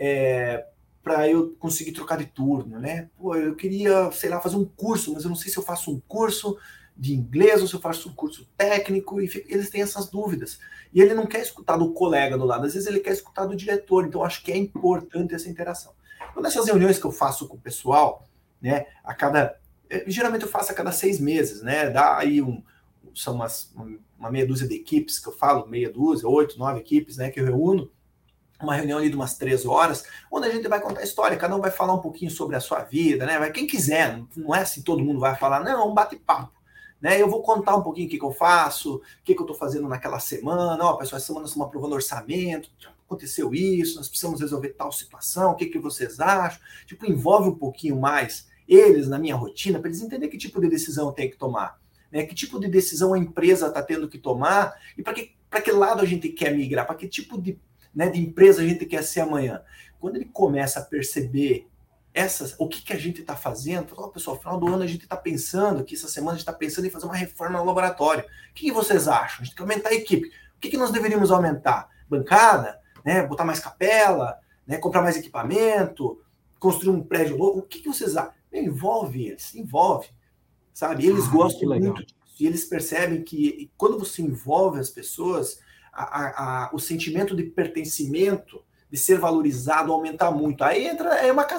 para eu conseguir trocar de turno, né? Eu queria, sei lá, fazer um curso, mas eu não sei se eu faço um curso de inglês ou se eu faço um curso técnico, e eles têm essas dúvidas. E ele não quer escutar do colega do lado, às vezes ele quer escutar do diretor, então acho que é importante essa interação. Então, nessas reuniões que eu faço com o pessoal, né, geralmente eu faço a cada 6 meses, né, dá aí são uma meia dúzia de equipes que eu falo, meia dúzia, 8, 9 equipes, né, que eu reúno, uma reunião ali de umas 3 horas, onde a gente vai contar a história, cada um vai falar um pouquinho sobre a sua vida, né, quem quiser, não é assim todo mundo vai falar, não, um bate-papo, né, eu vou contar um pouquinho o que eu faço, o que eu estou fazendo naquela semana, pessoal, essa semana nós estamos aprovando orçamento, aconteceu isso, nós precisamos resolver tal situação, o que vocês acham, envolve um pouquinho mais eles na minha rotina, para eles entenderem que tipo de decisão eu tenho que tomar, né? Que tipo de decisão a empresa está tendo que tomar e para que lado a gente quer migrar, para que tipo de empresa a gente quer ser amanhã. Quando ele começa a perceber o que a gente está fazendo, pessoal, no final do ano a gente está pensando, que essa semana a gente está pensando em fazer uma reforma no laboratório. O que vocês acham? A gente quer aumentar a equipe. O que nós deveríamos aumentar? Bancada? Né? Botar mais capela? Né? Comprar mais equipamento? Construir um prédio novo? O que vocês acham? Envolve eles, sabe? Eles gostam muito disso, e eles percebem que quando você envolve as pessoas, o sentimento de pertencimento, de ser valorizado, aumenta muito. Aí entra,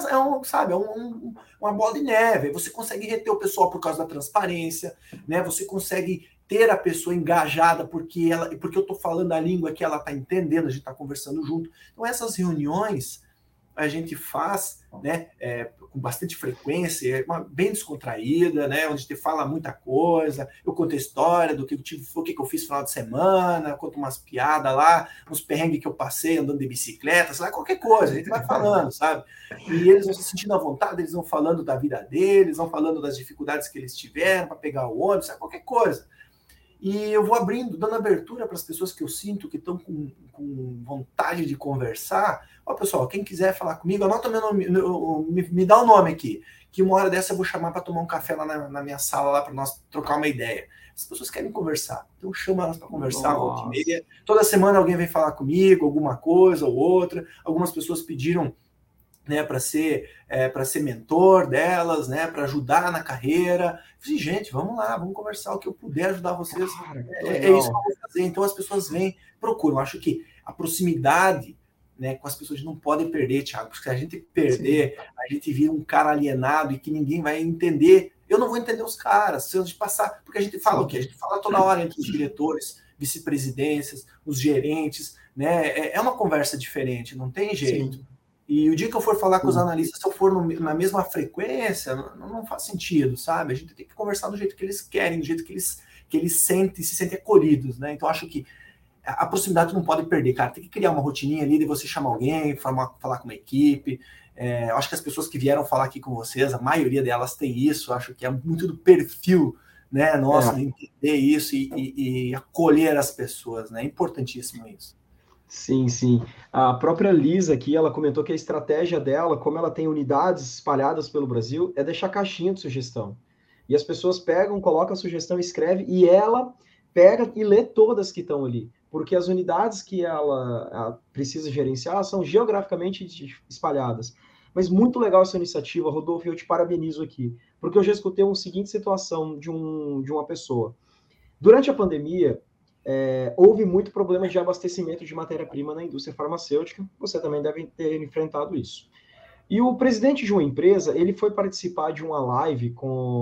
uma bola de neve, você consegue reter o pessoal por causa da transparência, né? Você consegue ter a pessoa engajada porque eu estou falando a língua que ela está entendendo, a gente está conversando junto. Então essas reuniões a gente faz, né, com bastante frequência, bem descontraída, né? Onde te fala muita coisa, eu conto a história do que eu tive, o que eu fiz no final de semana, conto umas piadas lá, uns perrengues que eu passei andando de bicicleta, sei lá, qualquer coisa, a gente vai falando, sabe? E eles vão se sentindo à vontade, eles vão falando da vida deles, vão falando das dificuldades que eles tiveram para pegar o ônibus, sabe? Qualquer coisa. E eu vou abrindo, dando abertura para as pessoas que eu sinto que estão com vontade de conversar. Ó, pessoal, quem quiser falar comigo, anota meu nome, me dá o nome aqui, que uma hora dessa eu vou chamar para tomar um café lá na minha sala, lá para nós trocar uma ideia. As pessoas querem conversar, então chama elas para conversar, volta e meia. Toda semana alguém vem falar comigo, alguma coisa ou outra. Algumas pessoas pediram, né, para ser mentor delas, né, para ajudar na carreira. Eu falei, gente, vamos lá, vamos conversar, o que eu puder ajudar vocês. Cara, é isso que eu vou fazer. Então as pessoas vêm, procuram. Eu acho que a proximidade, né, com as pessoas não pode perder, Thiago, porque se a gente perder, sim, a gente vira um cara alienado e que ninguém vai entender. Eu não vou entender os caras, se a gente passar, porque a gente fala, sim, o quê? A gente fala toda hora entre os diretores, vice-presidências, os gerentes, né? É uma conversa diferente, não tem jeito. Sim. E o dia que eu for falar com os analistas, se eu for na mesma frequência, não faz sentido, sabe? A gente tem que conversar do jeito que eles querem, do jeito que eles sentem, se sentem acolhidos, né? Então, acho que a proximidade não pode perder, cara. Tem que criar uma rotininha ali de você chamar alguém, falar com uma equipe. Eu acho que as pessoas que vieram falar aqui com vocês, a maioria delas tem isso. Acho que é muito do perfil, né, nosso, de entender isso e acolher as pessoas, né? É importantíssimo isso. Sim, sim. A própria Lisa aqui, ela comentou que a estratégia dela, como ela tem unidades espalhadas pelo Brasil, é deixar caixinha de sugestão. E as pessoas pegam, colocam a sugestão, escreve, e ela pega e lê todas que estão ali. Porque as unidades que ela precisa gerenciar são geograficamente espalhadas. Mas muito legal essa iniciativa, Rodolfo, eu te parabenizo aqui. Porque eu já escutei uma seguinte situação de uma pessoa. Durante a pandemia, houve muito problema de abastecimento de matéria-prima na indústria farmacêutica. Você também deve ter enfrentado isso. E o presidente de uma empresa, ele foi participar de uma live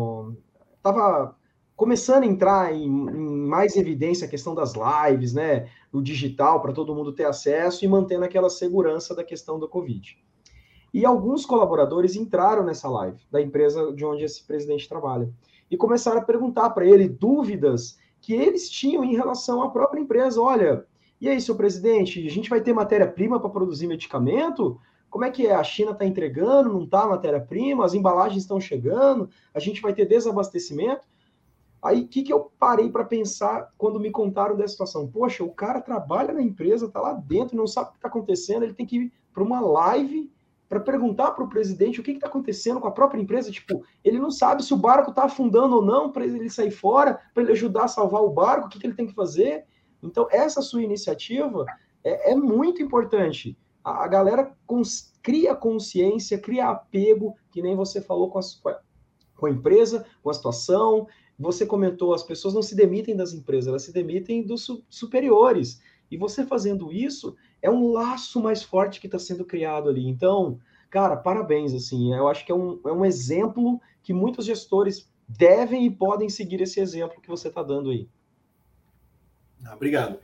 estava começando a entrar em mais evidência a questão das lives, né? O digital, para todo mundo ter acesso e mantendo aquela segurança da questão do Covid. E alguns colaboradores entraram nessa live da empresa de onde esse presidente trabalha e começaram a perguntar para ele dúvidas que eles tinham em relação à própria empresa. Olha, e aí, seu presidente, a gente vai ter matéria-prima para produzir medicamento? Como é que é? A China está entregando, não está matéria-prima, as embalagens estão chegando, a gente vai ter desabastecimento? Aí, o que eu parei para pensar quando me contaram dessa situação? Poxa, o cara trabalha na empresa, está lá dentro, não sabe o que está acontecendo, ele tem que ir para uma live para perguntar para o presidente o que está acontecendo com a própria empresa. Tipo, ele não sabe se o barco está afundando ou não, para ele sair fora, para ele ajudar a salvar o barco, o que ele tem que fazer. Então, essa sua iniciativa é muito importante. A galera cria consciência, cria apego, que nem você falou com a empresa, com a situação. Você comentou, as pessoas não se demitem das empresas, elas se demitem dos superiores. E você fazendo isso, é um laço mais forte que está sendo criado ali. Então, cara, parabéns, assim, eu acho que é um exemplo que muitos gestores devem e podem seguir esse exemplo que você está dando aí. Obrigado.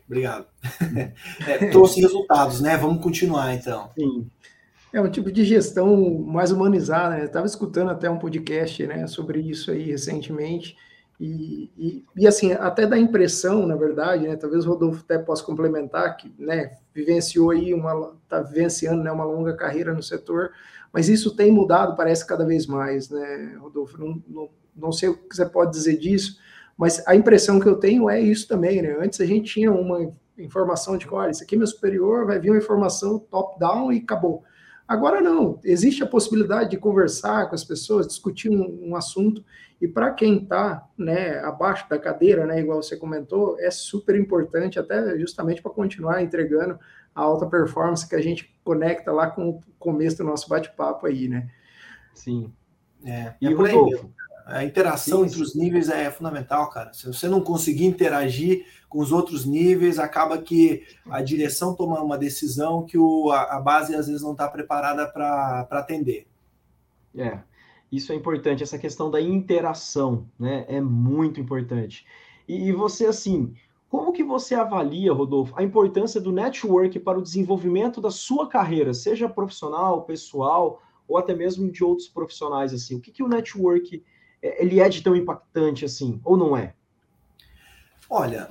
Trouxe resultados, né? Vamos continuar, então. Sim. É um tipo de gestão mais humanizada, né? Eu estava escutando até um podcast, né, sobre isso aí recentemente, e assim, até dá impressão, na verdade, né, talvez o Rodolfo até possa complementar, que, né, vivenciou aí está vivenciando, né, uma longa carreira no setor, mas isso tem mudado, parece, cada vez mais, né, Rodolfo? Não sei o que você pode dizer disso, mas a impressão que eu tenho é isso também, né? Antes a gente tinha uma informação de que, olha, isso aqui é meu superior, vai vir uma informação top-down e acabou. Agora não, existe a possibilidade de conversar com as pessoas, discutir um assunto, e para quem está, né, abaixo da cadeira, né, igual você comentou, é super importante, até justamente para continuar entregando a alta performance que a gente conecta lá com o começo do nosso bate-papo aí, né? Sim. E por aí mesmo. A interação entre os níveis é fundamental, cara. Se você não conseguir interagir com os outros níveis, acaba que a direção toma uma decisão que a base às vezes não está preparada para atender. Isso é importante, essa questão da interação, né? É muito importante. E você, assim, como que você avalia, Rodolfo, a importância do network para o desenvolvimento da sua carreira, seja profissional, pessoal ou até mesmo de outros profissionais, assim? O que o network ele é de tão impactante assim, ou não é? Olha,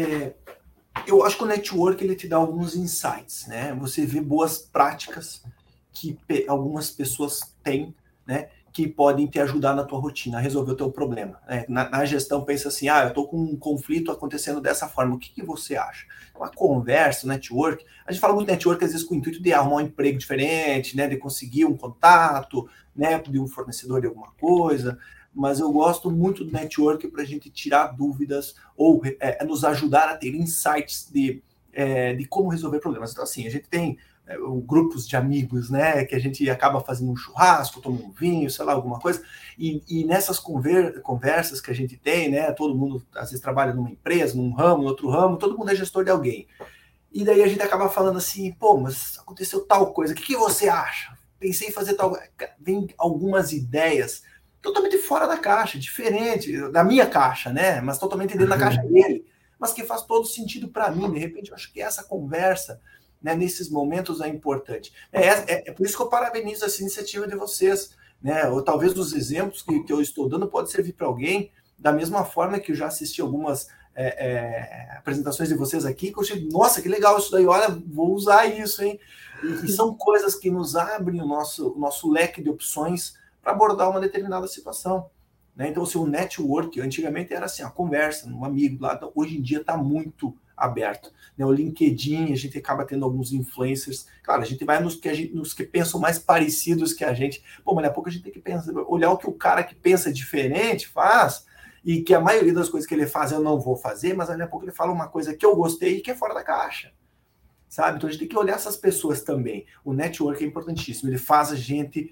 eu acho que o network ele te dá alguns insights, né? Você vê boas práticas que algumas pessoas têm, né? Que podem te ajudar na tua rotina a resolver o teu problema. Né? Na gestão, pensa assim, eu estou com um conflito acontecendo dessa forma, o que você acha? Uma conversa, um network, a gente fala muito network às vezes com o intuito de arrumar um emprego diferente, né? De conseguir um contato, né? De um fornecedor de alguma coisa, mas eu gosto muito do network para a gente tirar dúvidas ou nos ajudar a ter insights de como resolver problemas. Então, assim, a gente tem grupos de amigos, né, que a gente acaba fazendo um churrasco, tomando um vinho, sei lá, alguma coisa, e nessas conversas que a gente tem, né, todo mundo às vezes trabalha numa empresa, num ramo, no outro ramo, todo mundo é gestor de alguém. E daí a gente acaba falando assim, pô, mas aconteceu tal coisa, o que você acha? Pensei em fazer tal... Vem algumas ideias totalmente fora da caixa, diferente da minha caixa, né, mas totalmente dentro da caixa dele, mas que faz todo sentido para mim. De repente, eu acho que essa conversa, né, nesses momentos é importante. É por isso que eu parabenizo essa iniciativa de vocês, né? Ou talvez dos exemplos que eu estou dando pode servir para alguém, da mesma forma que eu já assisti algumas apresentações de vocês aqui, que eu achei, nossa, que legal isso daí, olha, vou usar isso, hein? E são coisas que nos abrem o nosso leque de opções para abordar uma determinada situação. Né? Então, assim, o network, antigamente era assim, a conversa, um amigo lá, hoje em dia está muito aberto. Né? O LinkedIn, a gente acaba tendo alguns influencers. Claro, a gente vai nos que pensam mais parecidos que a gente. Pô, mas daqui a pouco a gente tem que pensar, olhar o que o cara que pensa diferente faz, e que a maioria das coisas que ele faz eu não vou fazer, mas daqui a pouco ele fala uma coisa que eu gostei e que é fora da caixa. Sabe? Então a gente tem que olhar essas pessoas também. O network é importantíssimo, ele faz a gente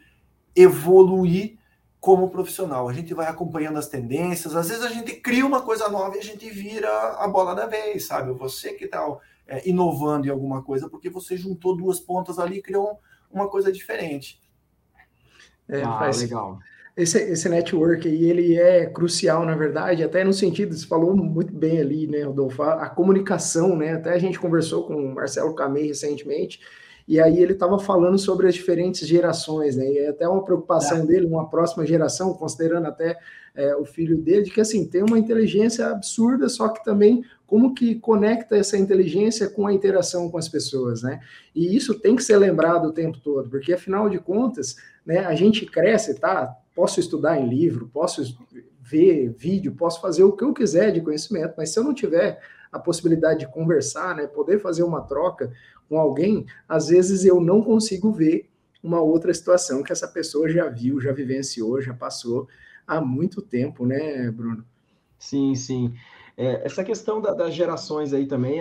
evoluir como profissional. A gente vai acompanhando as tendências, às vezes a gente cria uma coisa nova e a gente vira a bola da vez, sabe? Você que está inovando em alguma coisa, porque você juntou duas pontas ali e criou uma coisa diferente. Legal. Esse network aí, ele é crucial, na verdade, até no sentido, você falou muito bem ali, né, Rodolfo, a comunicação, né, até a gente conversou com o Marcelo Camei recentemente, e aí ele estava falando sobre as diferentes gerações, né, e é até uma preocupação dele, uma próxima geração, considerando até o filho dele, de que, assim, tem uma inteligência absurda, só que também como que conecta essa inteligência com a interação com as pessoas, né, e isso tem que ser lembrado o tempo todo, porque, afinal de contas, né, a gente cresce, tá? Posso estudar em livro, posso ver vídeo, posso fazer o que eu quiser de conhecimento, mas se eu não tiver a possibilidade de conversar, né, poder fazer uma troca com alguém, às vezes eu não consigo ver uma outra situação que essa pessoa já viu, já vivenciou, já passou há muito tempo, né, Bruno? Sim, sim. Essa questão das gerações aí também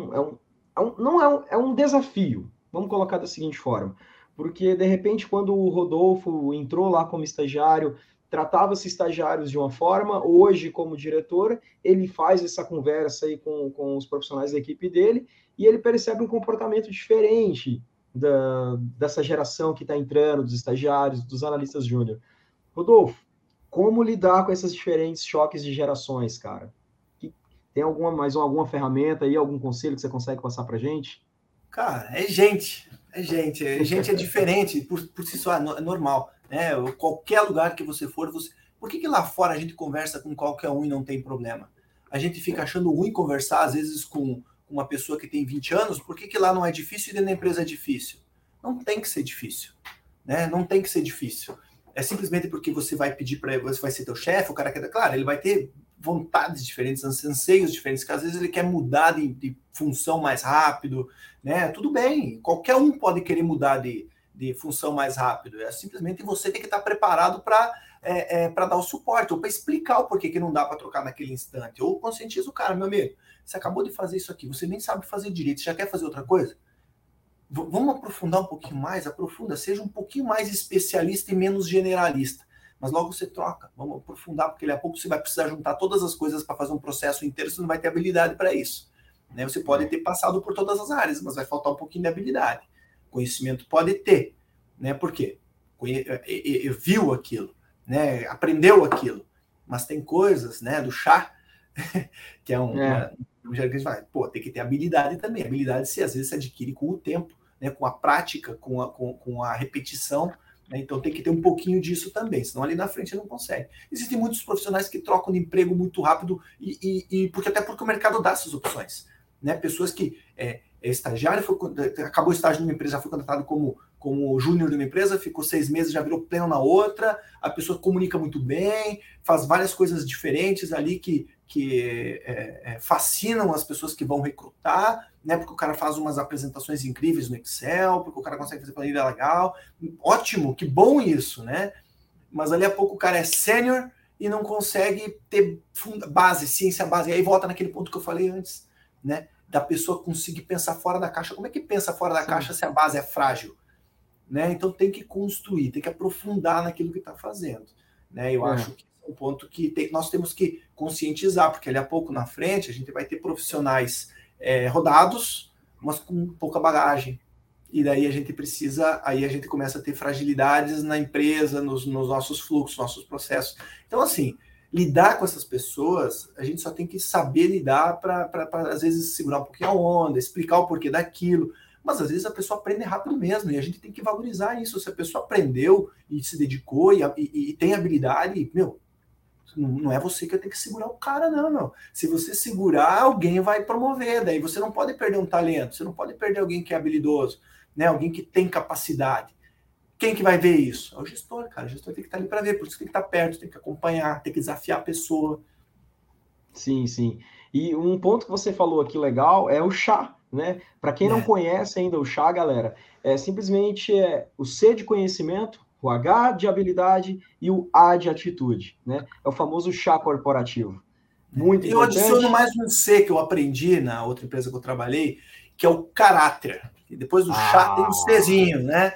é um desafio. Vamos colocar da seguinte forma. Porque, de repente, quando o Rodolfo entrou lá como estagiário, tratava-se estagiários de uma forma, hoje, como diretor, ele faz essa conversa aí com os profissionais da equipe dele e ele percebe um comportamento diferente dessa geração que está entrando, dos estagiários, dos analistas júnior. Rodolfo, como lidar com esses diferentes choques de gerações, cara? Tem alguma ferramenta aí, algum conselho que você consegue passar pra gente? Cara, é gente. É diferente, por si só, é normal. Né? Qualquer lugar que você for, por que lá fora a gente conversa com qualquer um e não tem problema? A gente fica achando ruim conversar, às vezes, com uma pessoa que tem 20 anos, por que lá não é difícil e dentro da empresa é difícil? Não tem que ser difícil. Né? Não tem que ser difícil. É simplesmente porque você vai pedir para você vai ser teu chefe, o cara quer, claro, ele vai ter vontades diferentes, anseios diferentes, que às vezes ele quer mudar de função mais rápido, né? Tudo bem, qualquer um pode querer mudar de função mais rápido. É simplesmente você tem que estar preparado para dar o suporte, ou para explicar o porquê que não dá para trocar naquele instante, ou conscientiza o cara, meu amigo, você acabou de fazer isso aqui, você nem sabe fazer direito, você já quer fazer outra coisa? Vamos aprofundar um pouquinho mais, seja um pouquinho mais especialista e menos generalista. Mas logo você troca, vamos aprofundar, porque daqui a pouco você vai precisar juntar todas as coisas para fazer um processo inteiro, você não vai ter habilidade para isso. Né? Você pode ter passado por todas as áreas, mas vai faltar um pouquinho de habilidade. Conhecimento pode ter. Né? Por quê? Viu aquilo, né? Aprendeu aquilo. Mas tem coisas, né, do chá, que é um jargão que vai, tem que ter habilidade também. Habilidade, às vezes, se adquire com o tempo, né, com a prática, com a repetição, né? Então tem que ter um pouquinho disso também, senão ali na frente não consegue. Existem muitos profissionais que trocam de emprego muito rápido até porque o mercado dá essas opções, né? Pessoas que estagiário, acabou o estágio numa empresa, já foi contratado como júnior de uma empresa, ficou 6 meses, já virou pleno na outra, a pessoa comunica muito bem, faz várias coisas diferentes ali que fascinam as pessoas que vão recrutar, né? Porque o cara faz umas apresentações incríveis no Excel, porque o cara consegue fazer planilha legal. Ótimo, que bom isso, né? Mas ali a pouco o cara é sênior e não consegue ter base, ciência base. E aí volta naquele ponto que eu falei antes, né? Da pessoa conseguir pensar fora da caixa. Como é que pensa fora da caixa se a base é frágil? Né? Então tem que construir, tem que aprofundar naquilo que está fazendo. Né? Eu acho que é um ponto que nós temos que conscientizar, porque ali a pouco na frente a gente vai ter profissionais rodados, mas com pouca bagagem. E daí a gente começa a ter fragilidades na empresa, nos nossos fluxos, nossos processos. Então, assim, lidar com essas pessoas, a gente só tem que saber lidar para às vezes, segurar um pouquinho a onda, explicar o porquê daquilo. Mas, às vezes, a pessoa aprende rápido mesmo, e a gente tem que valorizar isso. Se a pessoa aprendeu e se dedicou e tem habilidade, não é você que tem que segurar o cara, não. Se você segurar, alguém vai promover. Daí você não pode perder um talento, você não pode perder alguém que é habilidoso, né? Alguém que tem capacidade. Quem que vai ver isso? É o gestor, cara. O gestor tem que estar ali para ver, por isso tem que estar perto, tem que acompanhar, tem que desafiar a pessoa. Sim, sim. E um ponto que você falou aqui legal é o chá, né? Para quem não conhece ainda o chá, galera, simplesmente o C de conhecimento, o H de habilidade e o A de atitude, né? É o famoso chá corporativo. Muito importante. Eu adiciono mais um C que eu aprendi na outra empresa que eu trabalhei, que é o caráter. E depois do chá tem um Czinho, né?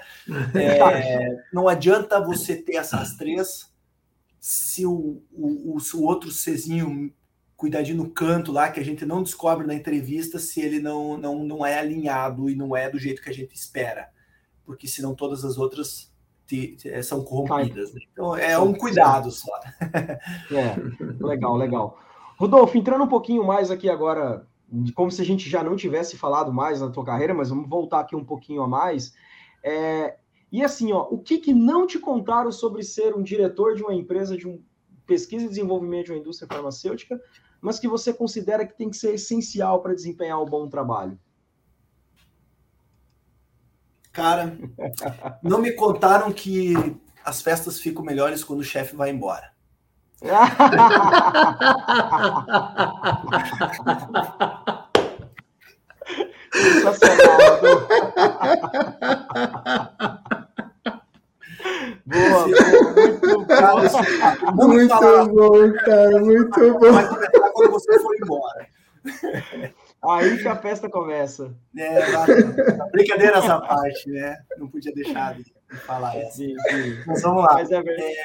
Não adianta você ter essas três se o outro Czinho cuidadinho no canto lá, que a gente não descobre na entrevista se ele não é alinhado e não é do jeito que a gente espera. Porque senão todas as outras são corrompidas. Né? Então é um cuidado só. Legal. Rodolfo, entrando um pouquinho mais aqui agora, como se a gente já não tivesse falado mais na tua carreira, mas vamos voltar aqui um pouquinho a mais. E assim, o que não te contaram sobre ser um diretor de uma empresa de pesquisa e desenvolvimento de uma indústria farmacêutica, mas que você considera que tem que ser essencial para desempenhar um bom trabalho? Cara, não me contaram que as festas ficam melhores quando o chefe vai embora. Sensacional, Boa, muito bom, cara, muito bom. Vai começar quando você for embora. Aí que a festa começa. Brincadeiras à parte, né? Não podia deixar de falar essa. Sim. Mas vamos lá. Mas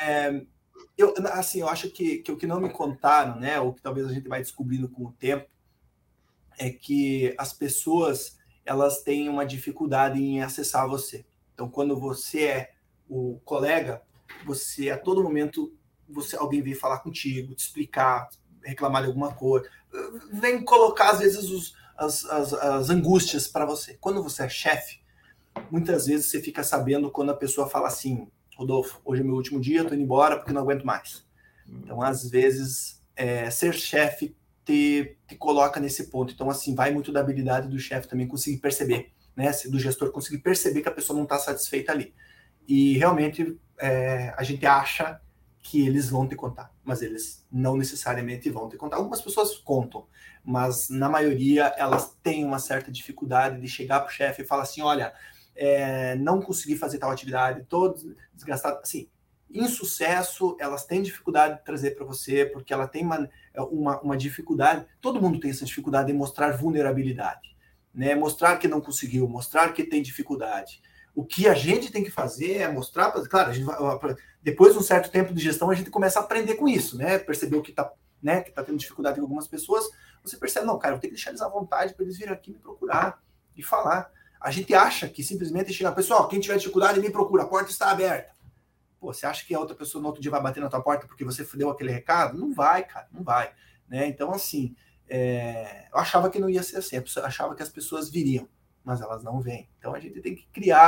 eu acho que o que não me contaram, né? Ou que talvez a gente vai descobrindo com o tempo, é que as pessoas elas têm uma dificuldade em acessar você. Então, quando você é o colega, você a todo momento alguém vem falar contigo, te explicar, reclamar de alguma coisa, vem colocar às vezes as angústias para você. Quando você é chefe, muitas vezes você fica sabendo quando a pessoa fala assim: Rodolfo, hoje é meu último dia, estou indo embora porque não aguento mais. Então, às vezes, ser chefe te coloca nesse ponto. Então, assim, vai muito da habilidade do chefe também conseguir perceber, né? Do gestor conseguir perceber que a pessoa não está satisfeita ali. E realmente a gente acha que eles vão te contar, mas eles não necessariamente vão te contar. Algumas pessoas contam, mas na maioria elas têm uma certa dificuldade de chegar para o chefe e falar assim: olha, não consegui fazer tal atividade, tô desgastado. Assim, insucesso, elas têm dificuldade de trazer para você, porque ela tem uma dificuldade, todo mundo tem essa dificuldade em mostrar vulnerabilidade, né? Mostrar que não conseguiu, mostrar que tem dificuldade. O que a gente tem que fazer é mostrar, claro, depois de um certo tempo de gestão, a gente começa a aprender com isso, né? Perceber o que está, né, que tá tendo dificuldade com algumas pessoas, você percebe, não, cara, eu tenho que deixar eles à vontade para eles virem aqui me procurar e falar. A gente acha que simplesmente chegar, pessoal, quem tiver dificuldade, me procura, a porta está aberta. Pô, você acha que a outra pessoa no outro dia vai bater na tua porta porque você deu aquele recado? Não vai, cara, não vai. Né? Então, assim, eu achava que não ia ser assim, eu achava que as pessoas viriam, mas elas não vêm. Então, a gente tem que criar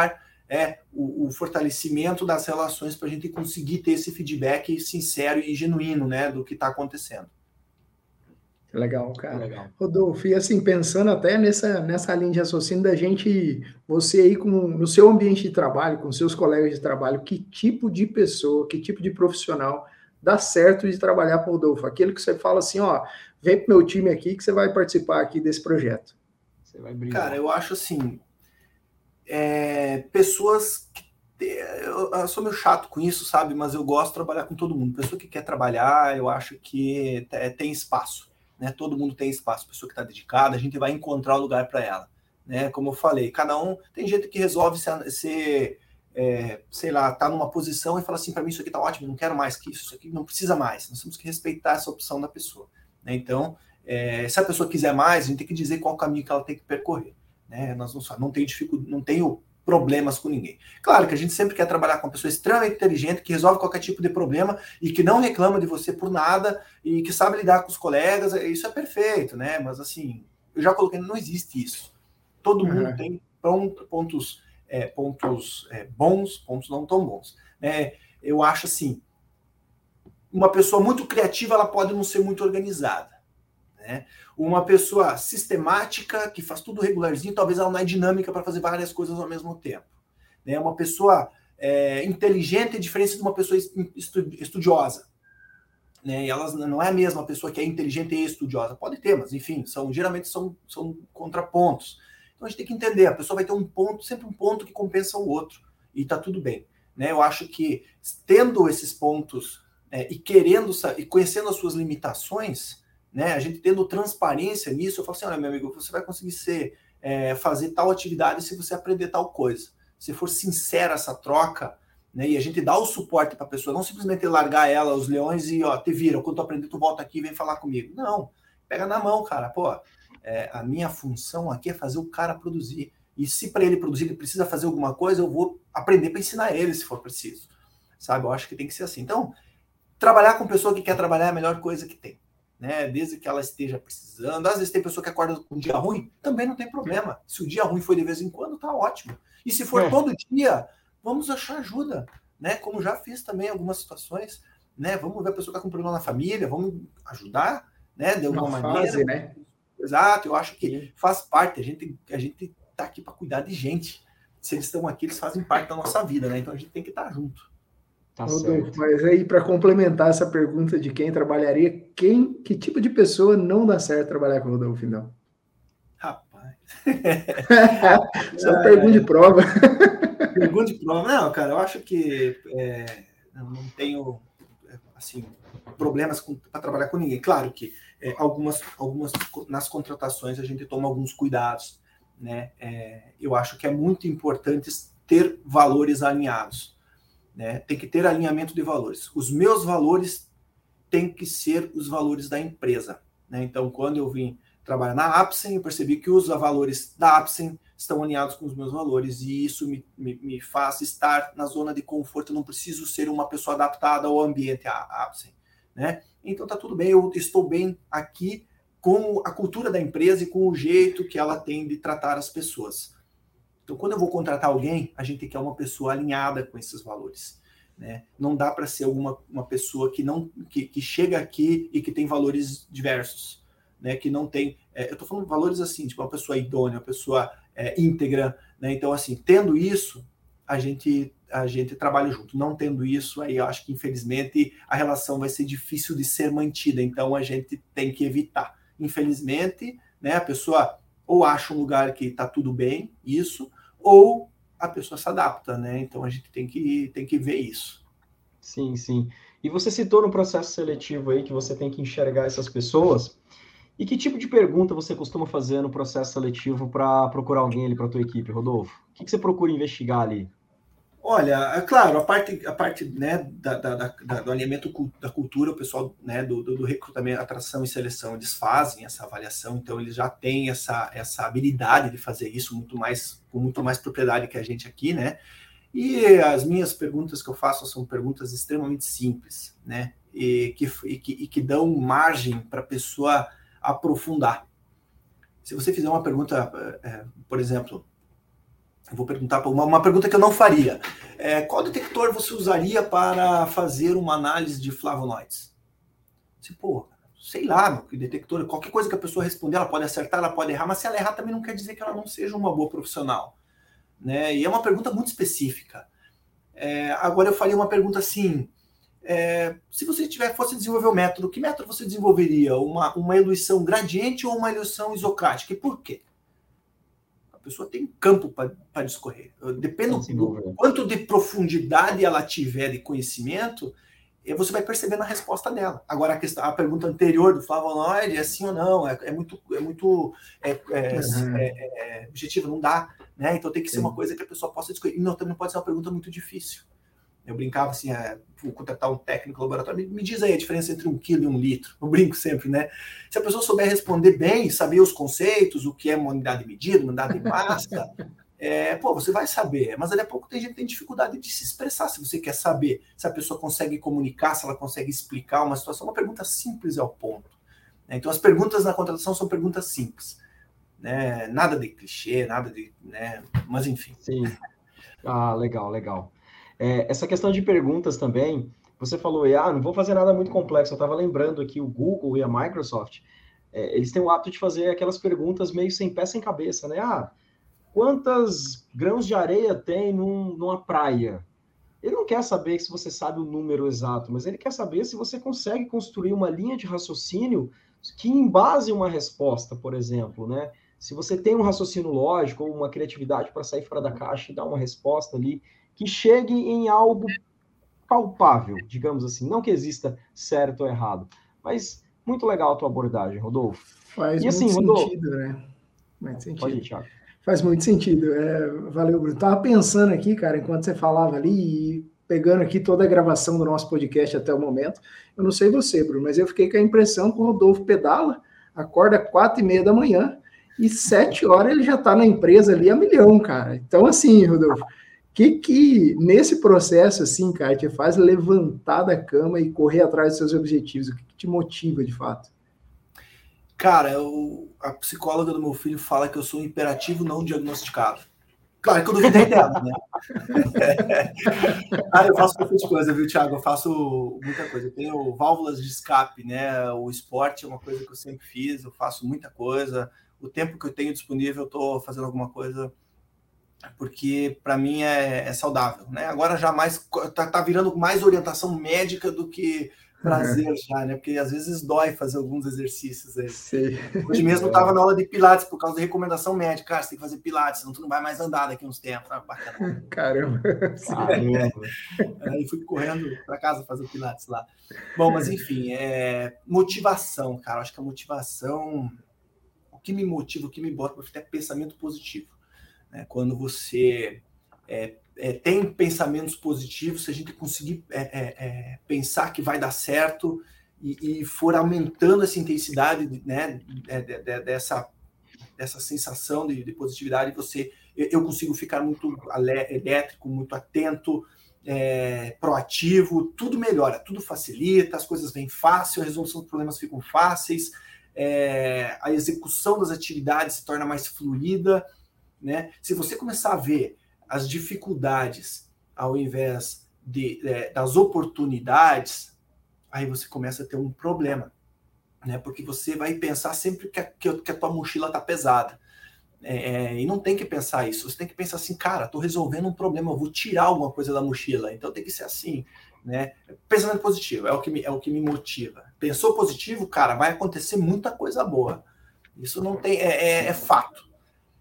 o fortalecimento das relações para a gente conseguir ter esse feedback sincero e genuíno, né, do que está acontecendo. Legal, cara. Legal. Rodolfo, e assim, pensando até nessa linha de raciocínio da gente, você aí no seu ambiente de trabalho, com seus colegas de trabalho, que tipo de pessoa, que tipo de profissional dá certo de trabalhar com o Rodolfo? Aquele que você fala assim, ó, vem pro meu time aqui que você vai participar aqui desse projeto. Você vai brilhar. Cara, eu acho assim, pessoas que eu sou meio chato com isso, sabe? Mas eu gosto de trabalhar com todo mundo. Pessoa que quer trabalhar, eu acho que tem espaço. Né? Todo mundo tem espaço, pessoa que está dedicada, a gente vai encontrar o lugar para ela. Né? Como eu falei, cada um tem gente que resolve ser sei lá, tá numa posição e fala assim, para mim isso aqui tá ótimo, não quero mais que isso aqui não precisa mais. Nós temos que respeitar essa opção da pessoa. Né? Então, se a pessoa quiser mais, a gente tem que dizer qual o caminho que ela tem que percorrer. Né? Nós não tenho problemas com ninguém. Claro que a gente sempre quer trabalhar com uma pessoa extremamente inteligente, que resolve qualquer tipo de problema e que não reclama de você por nada e que sabe lidar com os colegas, isso é perfeito, né? Mas assim, eu já coloquei, não existe isso. Todo mundo tem pontos bons, pontos não tão bons. Eu acho assim, uma pessoa muito criativa, ela pode não ser muito organizada. Né? Uma pessoa sistemática, que faz tudo regularzinho, talvez ela não é dinâmica para fazer várias coisas ao mesmo tempo. Né? Uma pessoa inteligente é diferente de uma pessoa estudiosa. Né? E elas não é a mesma pessoa que é inteligente e estudiosa. Pode ter, mas enfim, geralmente são contrapontos. Então a gente tem que entender, a pessoa vai ter sempre um ponto que compensa o outro. E está tudo bem. Né? Eu acho que tendo esses pontos e conhecendo as suas limitações, né, a gente tendo transparência nisso, eu falo assim, olha, meu amigo, você vai conseguir fazer tal atividade se você aprender tal coisa. Se for sincera essa troca, né, e a gente dá o suporte para a pessoa, não simplesmente largar ela, os leões, e te vira, quando tu aprender, tu volta aqui e vem falar comigo. Não, pega na mão, cara. Pô, a minha função aqui é fazer o cara produzir. E se para ele produzir, ele precisa fazer alguma coisa, eu vou aprender para ensinar ele, se for preciso. Sabe, eu acho que tem que ser assim. Então, trabalhar com pessoa que quer trabalhar é a melhor coisa que tem. Né, desde que ela esteja precisando. Às vezes tem pessoa que acorda com um dia ruim, também não tem problema. Se o dia ruim for de vez em quando, tá ótimo. E se for todo dia, vamos achar ajuda, né? Como já fiz também em algumas situações, né? Vamos ver a pessoa que tá com problema na família, vamos ajudar, né? De alguma maneira. Né? Exato, eu acho que faz parte. A gente tá aqui para cuidar de gente. Se eles estão aqui, eles fazem parte da nossa vida, né? Então a gente tem que estar junto. Tá Rodolfo, certo. mas aí, para complementar essa pergunta de quem trabalharia, que tipo de pessoa não dá certo trabalhar com o Rodolfo, então? Rapaz. Só pergunta de prova. Pergunta de prova. Não, cara, eu acho que não tenho assim, problemas para trabalhar com ninguém. Claro que algumas nas contratações a gente toma alguns cuidados. Né? Eu acho que é muito importante ter valores alinhados. Né? Tem que ter alinhamento de valores. Os meus valores têm que ser os valores da empresa. Né? Então, quando eu vim trabalhar na Apsen, eu percebi que os valores da Apsen estão alinhados com os meus valores e isso me faz estar na zona de conforto. Eu não preciso ser uma pessoa adaptada ao ambiente Apsen. Né? Então, tá tudo bem. Eu estou bem aqui com a cultura da empresa e com o jeito que ela tem de tratar as pessoas. Então, quando eu vou contratar alguém, a gente quer uma pessoa alinhada com esses valores. Né? Não dá para ser uma pessoa que chega aqui e que tem valores diversos. Né? Que não tem... eu estou falando de valores assim, tipo uma pessoa idônea, uma pessoa íntegra. Né? Então, assim, tendo isso, a gente trabalha junto. Não tendo isso, aí eu acho que, infelizmente, a relação vai ser difícil de ser mantida. Então, a gente tem que evitar. Infelizmente, né, a pessoa... ou acha um lugar que está tudo bem, isso, ou a pessoa se adapta, né? Então a gente tem que ver isso. Sim, sim. E você citou no processo seletivo aí que você tem que enxergar essas pessoas. E que tipo de pergunta você costuma fazer no processo seletivo para procurar alguém ali para a tua equipe, Rodolfo? O que você procura investigar ali? Olha, é claro, a parte né, do alinhamento da cultura, o pessoal né, do recrutamento, atração e seleção, eles fazem essa avaliação, então eles já têm essa habilidade de fazer isso com muito mais propriedade que a gente aqui, né? E as minhas perguntas que eu faço são perguntas extremamente simples, né? E que dão margem para a pessoa aprofundar. Se você fizer uma pergunta, por exemplo, Eu vou perguntar uma pergunta que eu não faria. Qual detector você usaria para fazer uma análise de flavonoides? Sei lá, que detector, qualquer coisa que a pessoa responder, ela pode acertar, ela pode errar, mas se ela errar também não quer dizer que ela não seja uma boa profissional, né? E é uma pergunta muito específica. Agora eu faria uma pergunta assim, se você fosse desenvolver um método, que método você desenvolveria? Uma eluição gradiente ou uma eluição isocrática? E por quê? A pessoa tem campo para discorrer. Depende do quanto de profundidade ela tiver de conhecimento, você vai perceber na resposta dela. Agora, a pergunta anterior do flavonoide é sim ou não, é muito objetiva, não dá, né? Então tem que ser uma coisa que a pessoa possa discutir. E não, também pode ser uma pergunta muito difícil. Eu brincava assim, vou contratar um técnico laboratório, me diz aí a diferença entre 1 quilo e 1 litro. Eu brinco sempre, né? Se a pessoa souber responder bem, saber os conceitos, o que é uma unidade de medida, uma unidade de massa, você vai saber. Mas daqui a pouco tem gente que tem dificuldade de se expressar. Se você quer saber se a pessoa consegue comunicar, se ela consegue explicar uma situação, uma pergunta simples ao ponto. Então, as perguntas na contratação são perguntas simples. Né? Nada de clichê, nada de... Né? Mas, enfim. Sim. Legal. Essa questão de perguntas também, você falou, não vou fazer nada muito complexo. Eu estava lembrando aqui, o Google e a Microsoft, eles têm o hábito de fazer aquelas perguntas meio sem pé, sem cabeça, né? Quantos grãos de areia tem numa praia? Ele não quer saber se você sabe o número exato, mas ele quer saber se você consegue construir uma linha de raciocínio que embase uma resposta, por exemplo, né? Se você tem um raciocínio lógico ou uma criatividade para sair fora da caixa e dar uma resposta ali que chegue em algo palpável, digamos assim. Não que exista certo ou errado, mas muito legal a tua abordagem, Rodolfo. Faz muito sentido, né? Muito sentido. Pode ir, Thiago. Faz muito sentido. Valeu, Bruno. Tava pensando aqui, cara, enquanto você falava ali, e pegando aqui toda a gravação do nosso podcast até o momento, eu não sei você, Bruno, mas eu fiquei com a impressão que o Rodolfo pedala, acorda 4h30 da manhã, e 7 horas ele já está na empresa ali a milhão, cara. Então, assim, Rodolfo, que nesse processo, assim, cara, te faz levantar da cama e correr atrás dos seus objetivos? O que te motiva, de fato? Cara, a psicóloga do meu filho fala que eu sou um hiperativo não diagnosticado. Claro que eu duvidei dela, né? Eu faço bastante coisa, viu, Thiago? Eu faço muita coisa. Eu tenho válvulas de escape, né? O esporte é uma coisa que eu sempre fiz, eu faço muita coisa. O tempo que eu tenho disponível, eu estou fazendo alguma coisa, porque para mim é saudável, né? Agora já mais tá virando mais orientação médica do que prazer já, né? Porque às vezes dói fazer alguns exercícios aí. Sim. Hoje mesmo eu estava na aula de Pilates por causa da recomendação médica. Cara, você tem que fazer Pilates, senão tu não vai mais andar daqui uns tempos. Caramba. Aí fui correndo para casa fazer o Pilates lá. Bom, mas enfim, motivação, cara. Acho que a motivação, o que me motiva, o que me bota para ter pensamento positivo. Né? Quando você tem pensamentos positivos, se a gente conseguir pensar que vai dar certo e for aumentando essa intensidade, né, dessa sensação de positividade, eu consigo ficar muito elétrico, muito atento, proativo, tudo melhora, tudo facilita, as coisas vêm fácil, a resolução dos problemas ficam fáceis, a execução das atividades se torna mais fluida, né? Se você começar a ver as dificuldades ao invés das oportunidades, aí você começa a ter um problema, né? Porque você vai pensar sempre que a tua mochila está pesada. E não tem que pensar isso. Você tem que pensar assim, cara, estou resolvendo um problema, eu vou tirar alguma coisa da mochila. Então tem que ser assim, né? Pensamento positivo é o que me motiva. Pensou positivo, cara, vai acontecer muita coisa boa. Isso não tem, é fato.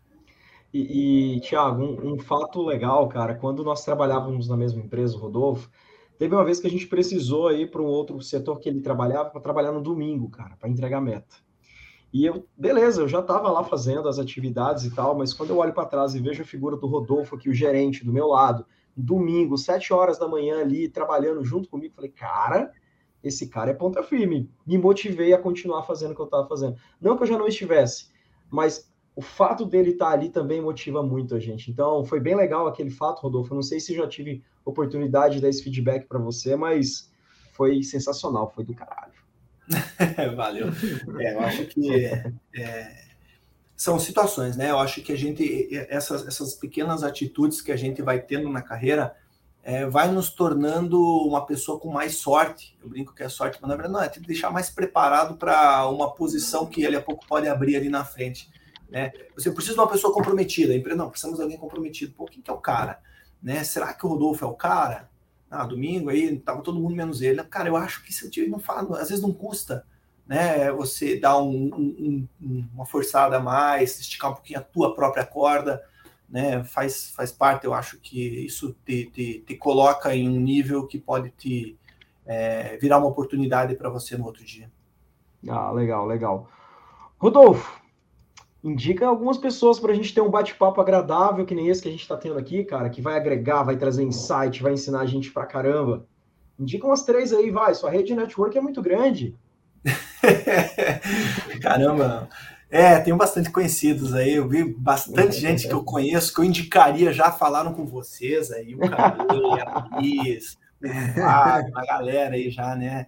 E Thiago, um fato legal, cara, quando nós trabalhávamos na mesma empresa, o Rodolfo, teve uma vez que a gente precisou ir para um outro setor que ele trabalhava para trabalhar no domingo, cara, para entregar meta. E beleza, eu já estava lá fazendo as atividades e tal, mas quando eu olho para trás e vejo a figura do Rodolfo aqui, o gerente do meu lado, domingo, 7 horas da manhã ali, trabalhando junto comigo, falei, cara, esse cara é ponta firme. Me motivei a continuar fazendo o que eu estava fazendo. Não que eu já não estivesse, mas o fato dele estar ali também motiva muito a gente. Então, foi bem legal aquele fato, Rodolfo. Eu não sei se já tive oportunidade de dar esse feedback para você, mas foi sensacional, foi do caralho. Valeu. Eu acho que são situações, né? Eu acho que essas pequenas atitudes que a gente vai tendo na carreira vai nos tornando uma pessoa com mais sorte. Eu brinco que é sorte, mas na verdade não, é te deixar mais preparado para uma posição que ele a pouco pode abrir ali na frente, né? Você precisa de uma pessoa comprometida, não, precisamos de alguém comprometido. Pô, quem que é o cara? Né? Será que o Rodolfo é o cara? Domingo aí, tava todo mundo menos ele. Cara, eu acho que se o time não fala, às vezes não custa, né? Você dar uma forçada a mais, esticar um pouquinho a tua própria corda, né? Faz parte, eu acho que isso te coloca em um nível que pode te virar uma oportunidade para você no outro dia. Legal, legal. Rodolfo, indica algumas pessoas para a gente ter um bate-papo agradável, que nem esse que a gente está tendo aqui, cara, que vai agregar, vai trazer insight, vai ensinar a gente pra caramba. Indica umas 3 aí, vai. Sua rede de network é muito grande. Caramba! Tenho bastante conhecidos aí. Eu vi bastante gente que eu conheço, que eu indicaria, já falaram com vocês aí, o Cauê, a Liz, o Fábio, a galera aí já, né?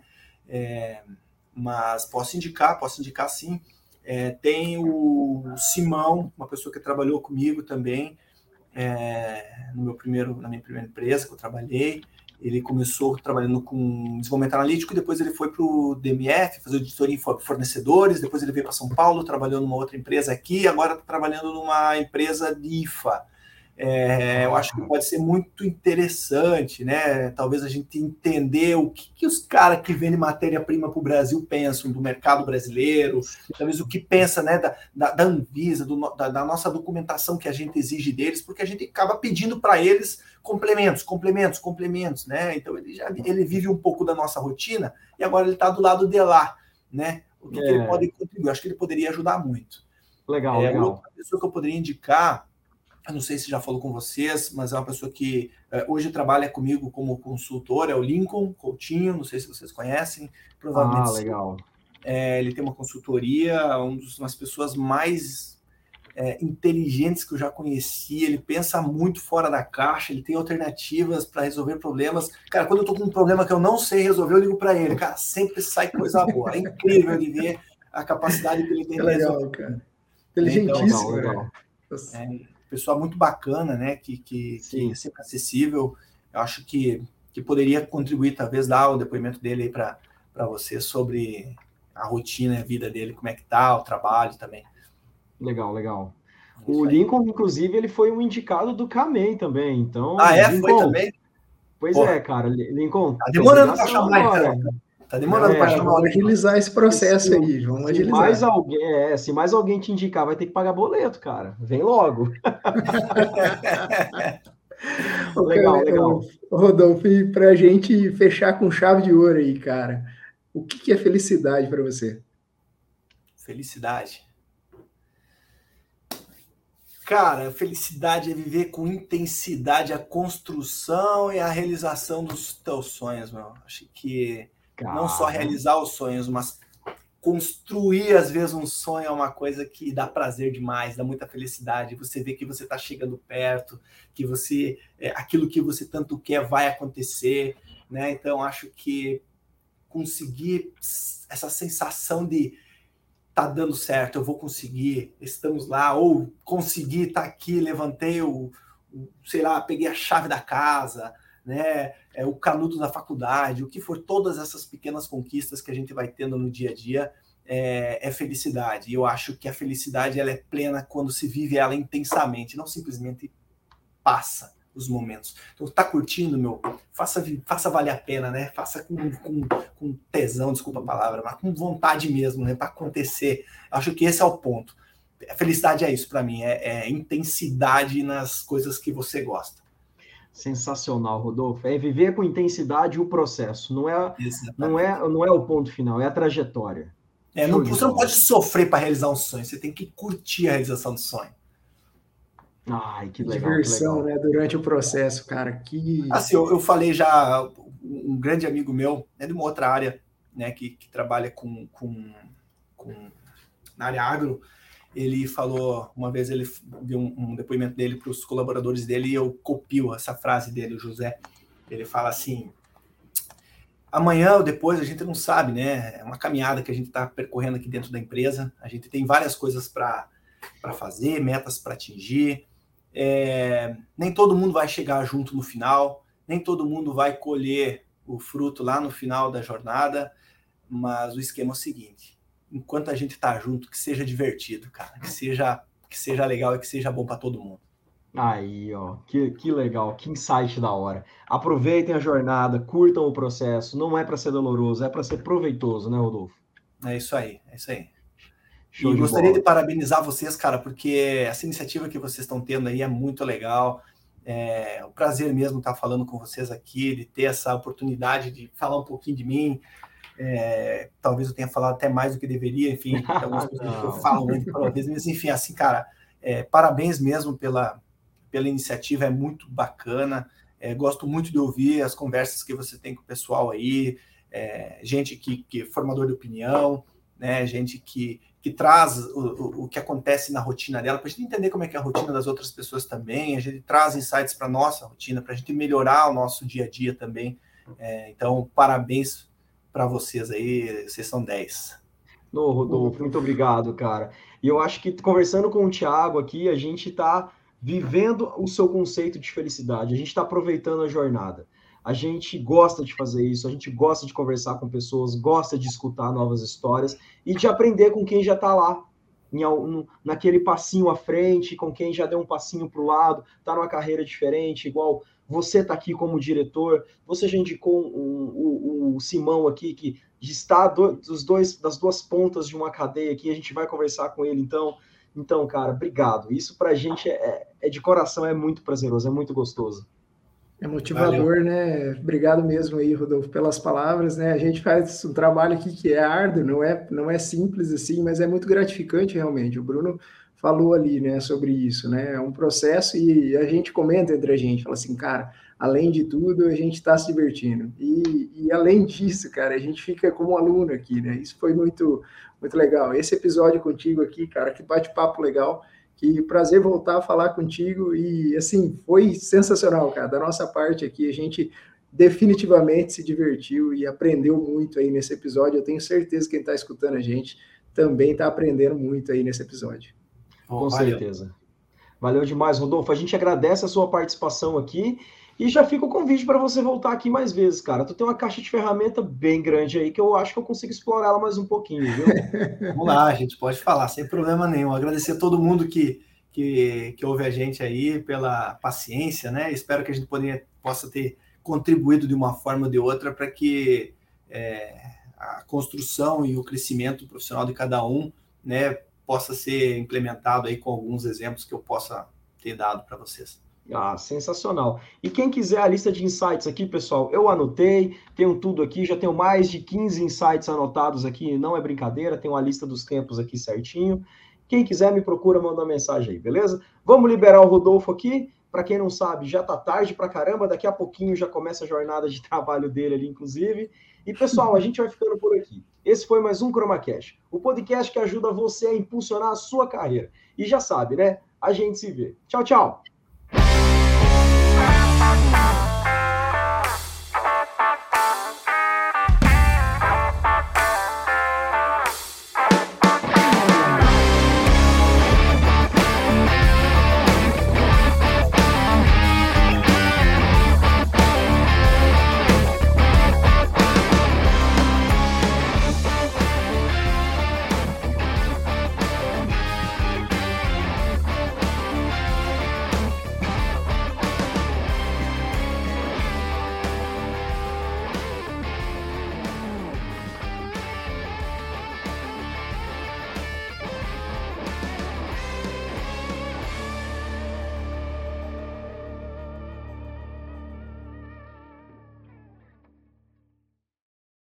Mas posso indicar sim. Tem o Simão, uma pessoa que trabalhou comigo também, na minha primeira empresa que eu trabalhei. Ele começou trabalhando com desenvolvimento analítico, depois ele foi para o DMF, fazer auditoria em fornecedores, depois ele veio para São Paulo, trabalhou numa outra empresa aqui, agora está trabalhando numa empresa de IFA. Eu acho que pode ser muito interessante, né? Talvez a gente entender o que os caras que vendem matéria-prima para o Brasil pensam do mercado brasileiro, talvez o que pensa, né, da Anvisa, da nossa documentação que a gente exige deles, porque a gente acaba pedindo para eles complementos, né? Então ele vive um pouco da nossa rotina e agora ele está do lado de lá, né? O que ele pode contribuir? Acho que ele poderia ajudar muito. Legal. Outra pessoa que eu poderia indicar, eu não sei se já falou com vocês, mas é uma pessoa que hoje trabalha comigo como consultor, é o Lincoln Coutinho, não sei se vocês conhecem, provavelmente. Legal. Ele tem uma consultoria, uma das pessoas mais inteligentes que eu já conheci, ele pensa muito fora da caixa, ele tem alternativas para resolver problemas. Cara, quando eu tô com um problema que eu não sei resolver, eu ligo para ele, cara, sempre sai coisa boa. É incrível de ver a capacidade que ele tem de resolver. Cara. Inteligentíssimo. Legal. Pessoa muito bacana, né? Que é sempre acessível. Eu acho que poderia contribuir, talvez, dar o depoimento dele aí para você sobre a rotina, a vida dele, como é que tá, o trabalho também. Legal. O Lincoln, inclusive, ele foi um indicado do Kamen também, então... Lincoln, foi também? Pois cara, Lincoln... Tá demorando para chamar, então. Tá demorando para chamar. Vamos agilizar esse processo aí, vamos agilizar. Se mais alguém te indicar, vai ter que pagar boleto, cara. Vem logo. Legal. Rodolfo, e para a gente fechar com chave de ouro aí, cara, o que é felicidade para você? Felicidade? Cara, felicidade é viver com intensidade a construção e a realização dos teus sonhos, meu. Acho que não só realizar os sonhos, mas construir, às vezes, um sonho é uma coisa que dá prazer demais, dá muita felicidade. Você vê que você está chegando perto, que aquilo que você tanto quer vai acontecer, né? Então, acho que conseguir essa sensação de tá dando certo, eu vou conseguir, estamos lá, ou consegui, tá aqui, levantei peguei a chave da casa, né, o canudo da faculdade, o que for, todas essas pequenas conquistas que a gente vai tendo no dia a dia é felicidade. E eu acho que a felicidade ela é plena quando se vive ela intensamente, não simplesmente passa os momentos. Então, tá curtindo, meu? Faça valer a pena, né? Faça com tesão, desculpa a palavra, mas com vontade mesmo, né? Para acontecer. Acho que esse é o ponto. A felicidade é isso para mim, é intensidade nas coisas que você gosta. Sensacional, Rodolfo. É viver com intensidade o processo. Não é o ponto final, é a trajetória. Você não pode sofrer para realizar um sonho, você tem que curtir a realização do sonho. Ai, que legal. Diversão, né? Durante o processo, cara. Assim, eu falei já, um grande amigo meu, de uma outra área, né, que trabalha na área agro, ele falou, uma vez ele deu um depoimento dele para os colaboradores dele e eu copio essa frase dele, o José. Ele fala assim: amanhã ou depois a gente não sabe, né? É uma caminhada que a gente está percorrendo aqui dentro da empresa. A gente tem várias coisas para para fazer, metas para atingir. Nem todo mundo vai chegar junto no final, nem todo mundo vai colher o fruto lá no final da jornada, mas o esquema é o seguinte: enquanto a gente está junto, que seja divertido, cara, que seja legal e que seja bom para todo mundo. Aí, ó, que legal, que insight da hora. Aproveitem a jornada, curtam o processo. Não é para ser doloroso, é para ser proveitoso, né, Rodolfo? É isso aí, é isso aí. Show e de gostaria bola. de parabenizar vocês, cara, porque essa iniciativa que vocês estão tendo aí é muito legal. É um prazer mesmo estar falando com vocês aqui, de ter essa oportunidade de falar um pouquinho de mim. Talvez eu tenha falado até mais do que deveria, enfim, tem algumas coisas que eu falo muito pela vez, mas enfim, assim, cara, parabéns mesmo pela iniciativa, é muito bacana. Gosto muito de ouvir as conversas que você tem com o pessoal aí, gente que é formador de opinião, né, gente que traz o que acontece na rotina dela, para a gente entender como é que é a rotina das outras pessoas também, a gente traz insights para a nossa rotina, para a gente melhorar o nosso dia a dia também. Então, parabéns para vocês aí, vocês são 10. Ô, Rodolfo, muito obrigado, cara. E eu acho que conversando com o Thiago aqui, a gente está vivendo o seu conceito de felicidade, a gente está aproveitando a jornada. A gente gosta de fazer isso, a gente gosta de conversar com pessoas, gosta de escutar novas histórias e de aprender com quem já está lá, naquele passinho à frente, com quem já deu um passinho para o lado, está numa carreira diferente, igual você está aqui como diretor, você já indicou o Simão aqui, que está das duas pontas de uma cadeia aqui, a gente vai conversar com ele então. Então, cara, obrigado. Isso pra gente é de coração, é muito prazeroso, é muito gostoso. É motivador, Valeu. Né? Obrigado mesmo aí, Rodolfo, pelas palavras, né? A gente faz um trabalho aqui que é árduo, não é simples assim, mas é muito gratificante realmente. O Bruno falou ali, né, sobre isso, né? É um processo e a gente comenta entre a gente, fala assim, cara, além de tudo, a gente está se divertindo. E além disso, cara, a gente fica como aluno aqui, né? Isso foi muito, muito legal. Esse episódio contigo aqui, cara, que bate-papo legal. Que prazer voltar a falar contigo e, assim, foi sensacional, cara. Da nossa parte aqui, a gente definitivamente se divertiu e aprendeu muito aí nesse episódio. Eu tenho certeza que quem está escutando a gente também está aprendendo muito aí nesse episódio. Com certeza. Valeu demais, Rodolfo. A gente agradece a sua participação aqui e já fica o convite para você voltar aqui mais vezes, cara. Tu tem uma caixa de ferramenta bem grande aí que eu acho que eu consigo explorar ela mais um pouquinho, viu? Vamos lá, a gente pode falar, sem problema nenhum. Agradecer a todo mundo que ouve a gente aí pela paciência, né? Espero que a gente possa ter contribuído de uma forma ou de outra para que a construção e o crescimento profissional de cada um, né, possa ser implementado aí com alguns exemplos que eu possa ter dado para vocês. Ah, sensacional. E quem quiser a lista de insights aqui, pessoal, eu anotei, tenho tudo aqui, já tenho mais de 15 insights anotados aqui, não é brincadeira, tem uma lista dos tempos aqui certinho. Quem quiser me procura, manda uma mensagem aí, beleza? Vamos liberar o Rodolfo aqui. Para quem não sabe, já tá tarde pra caramba, daqui a pouquinho já começa a jornada de trabalho dele ali, inclusive. E, pessoal, a gente vai ficando por aqui. Esse foi mais um ChromaCast, o podcast que ajuda você a impulsionar a sua carreira. E já sabe, né? A gente se vê. Tchau, tchau!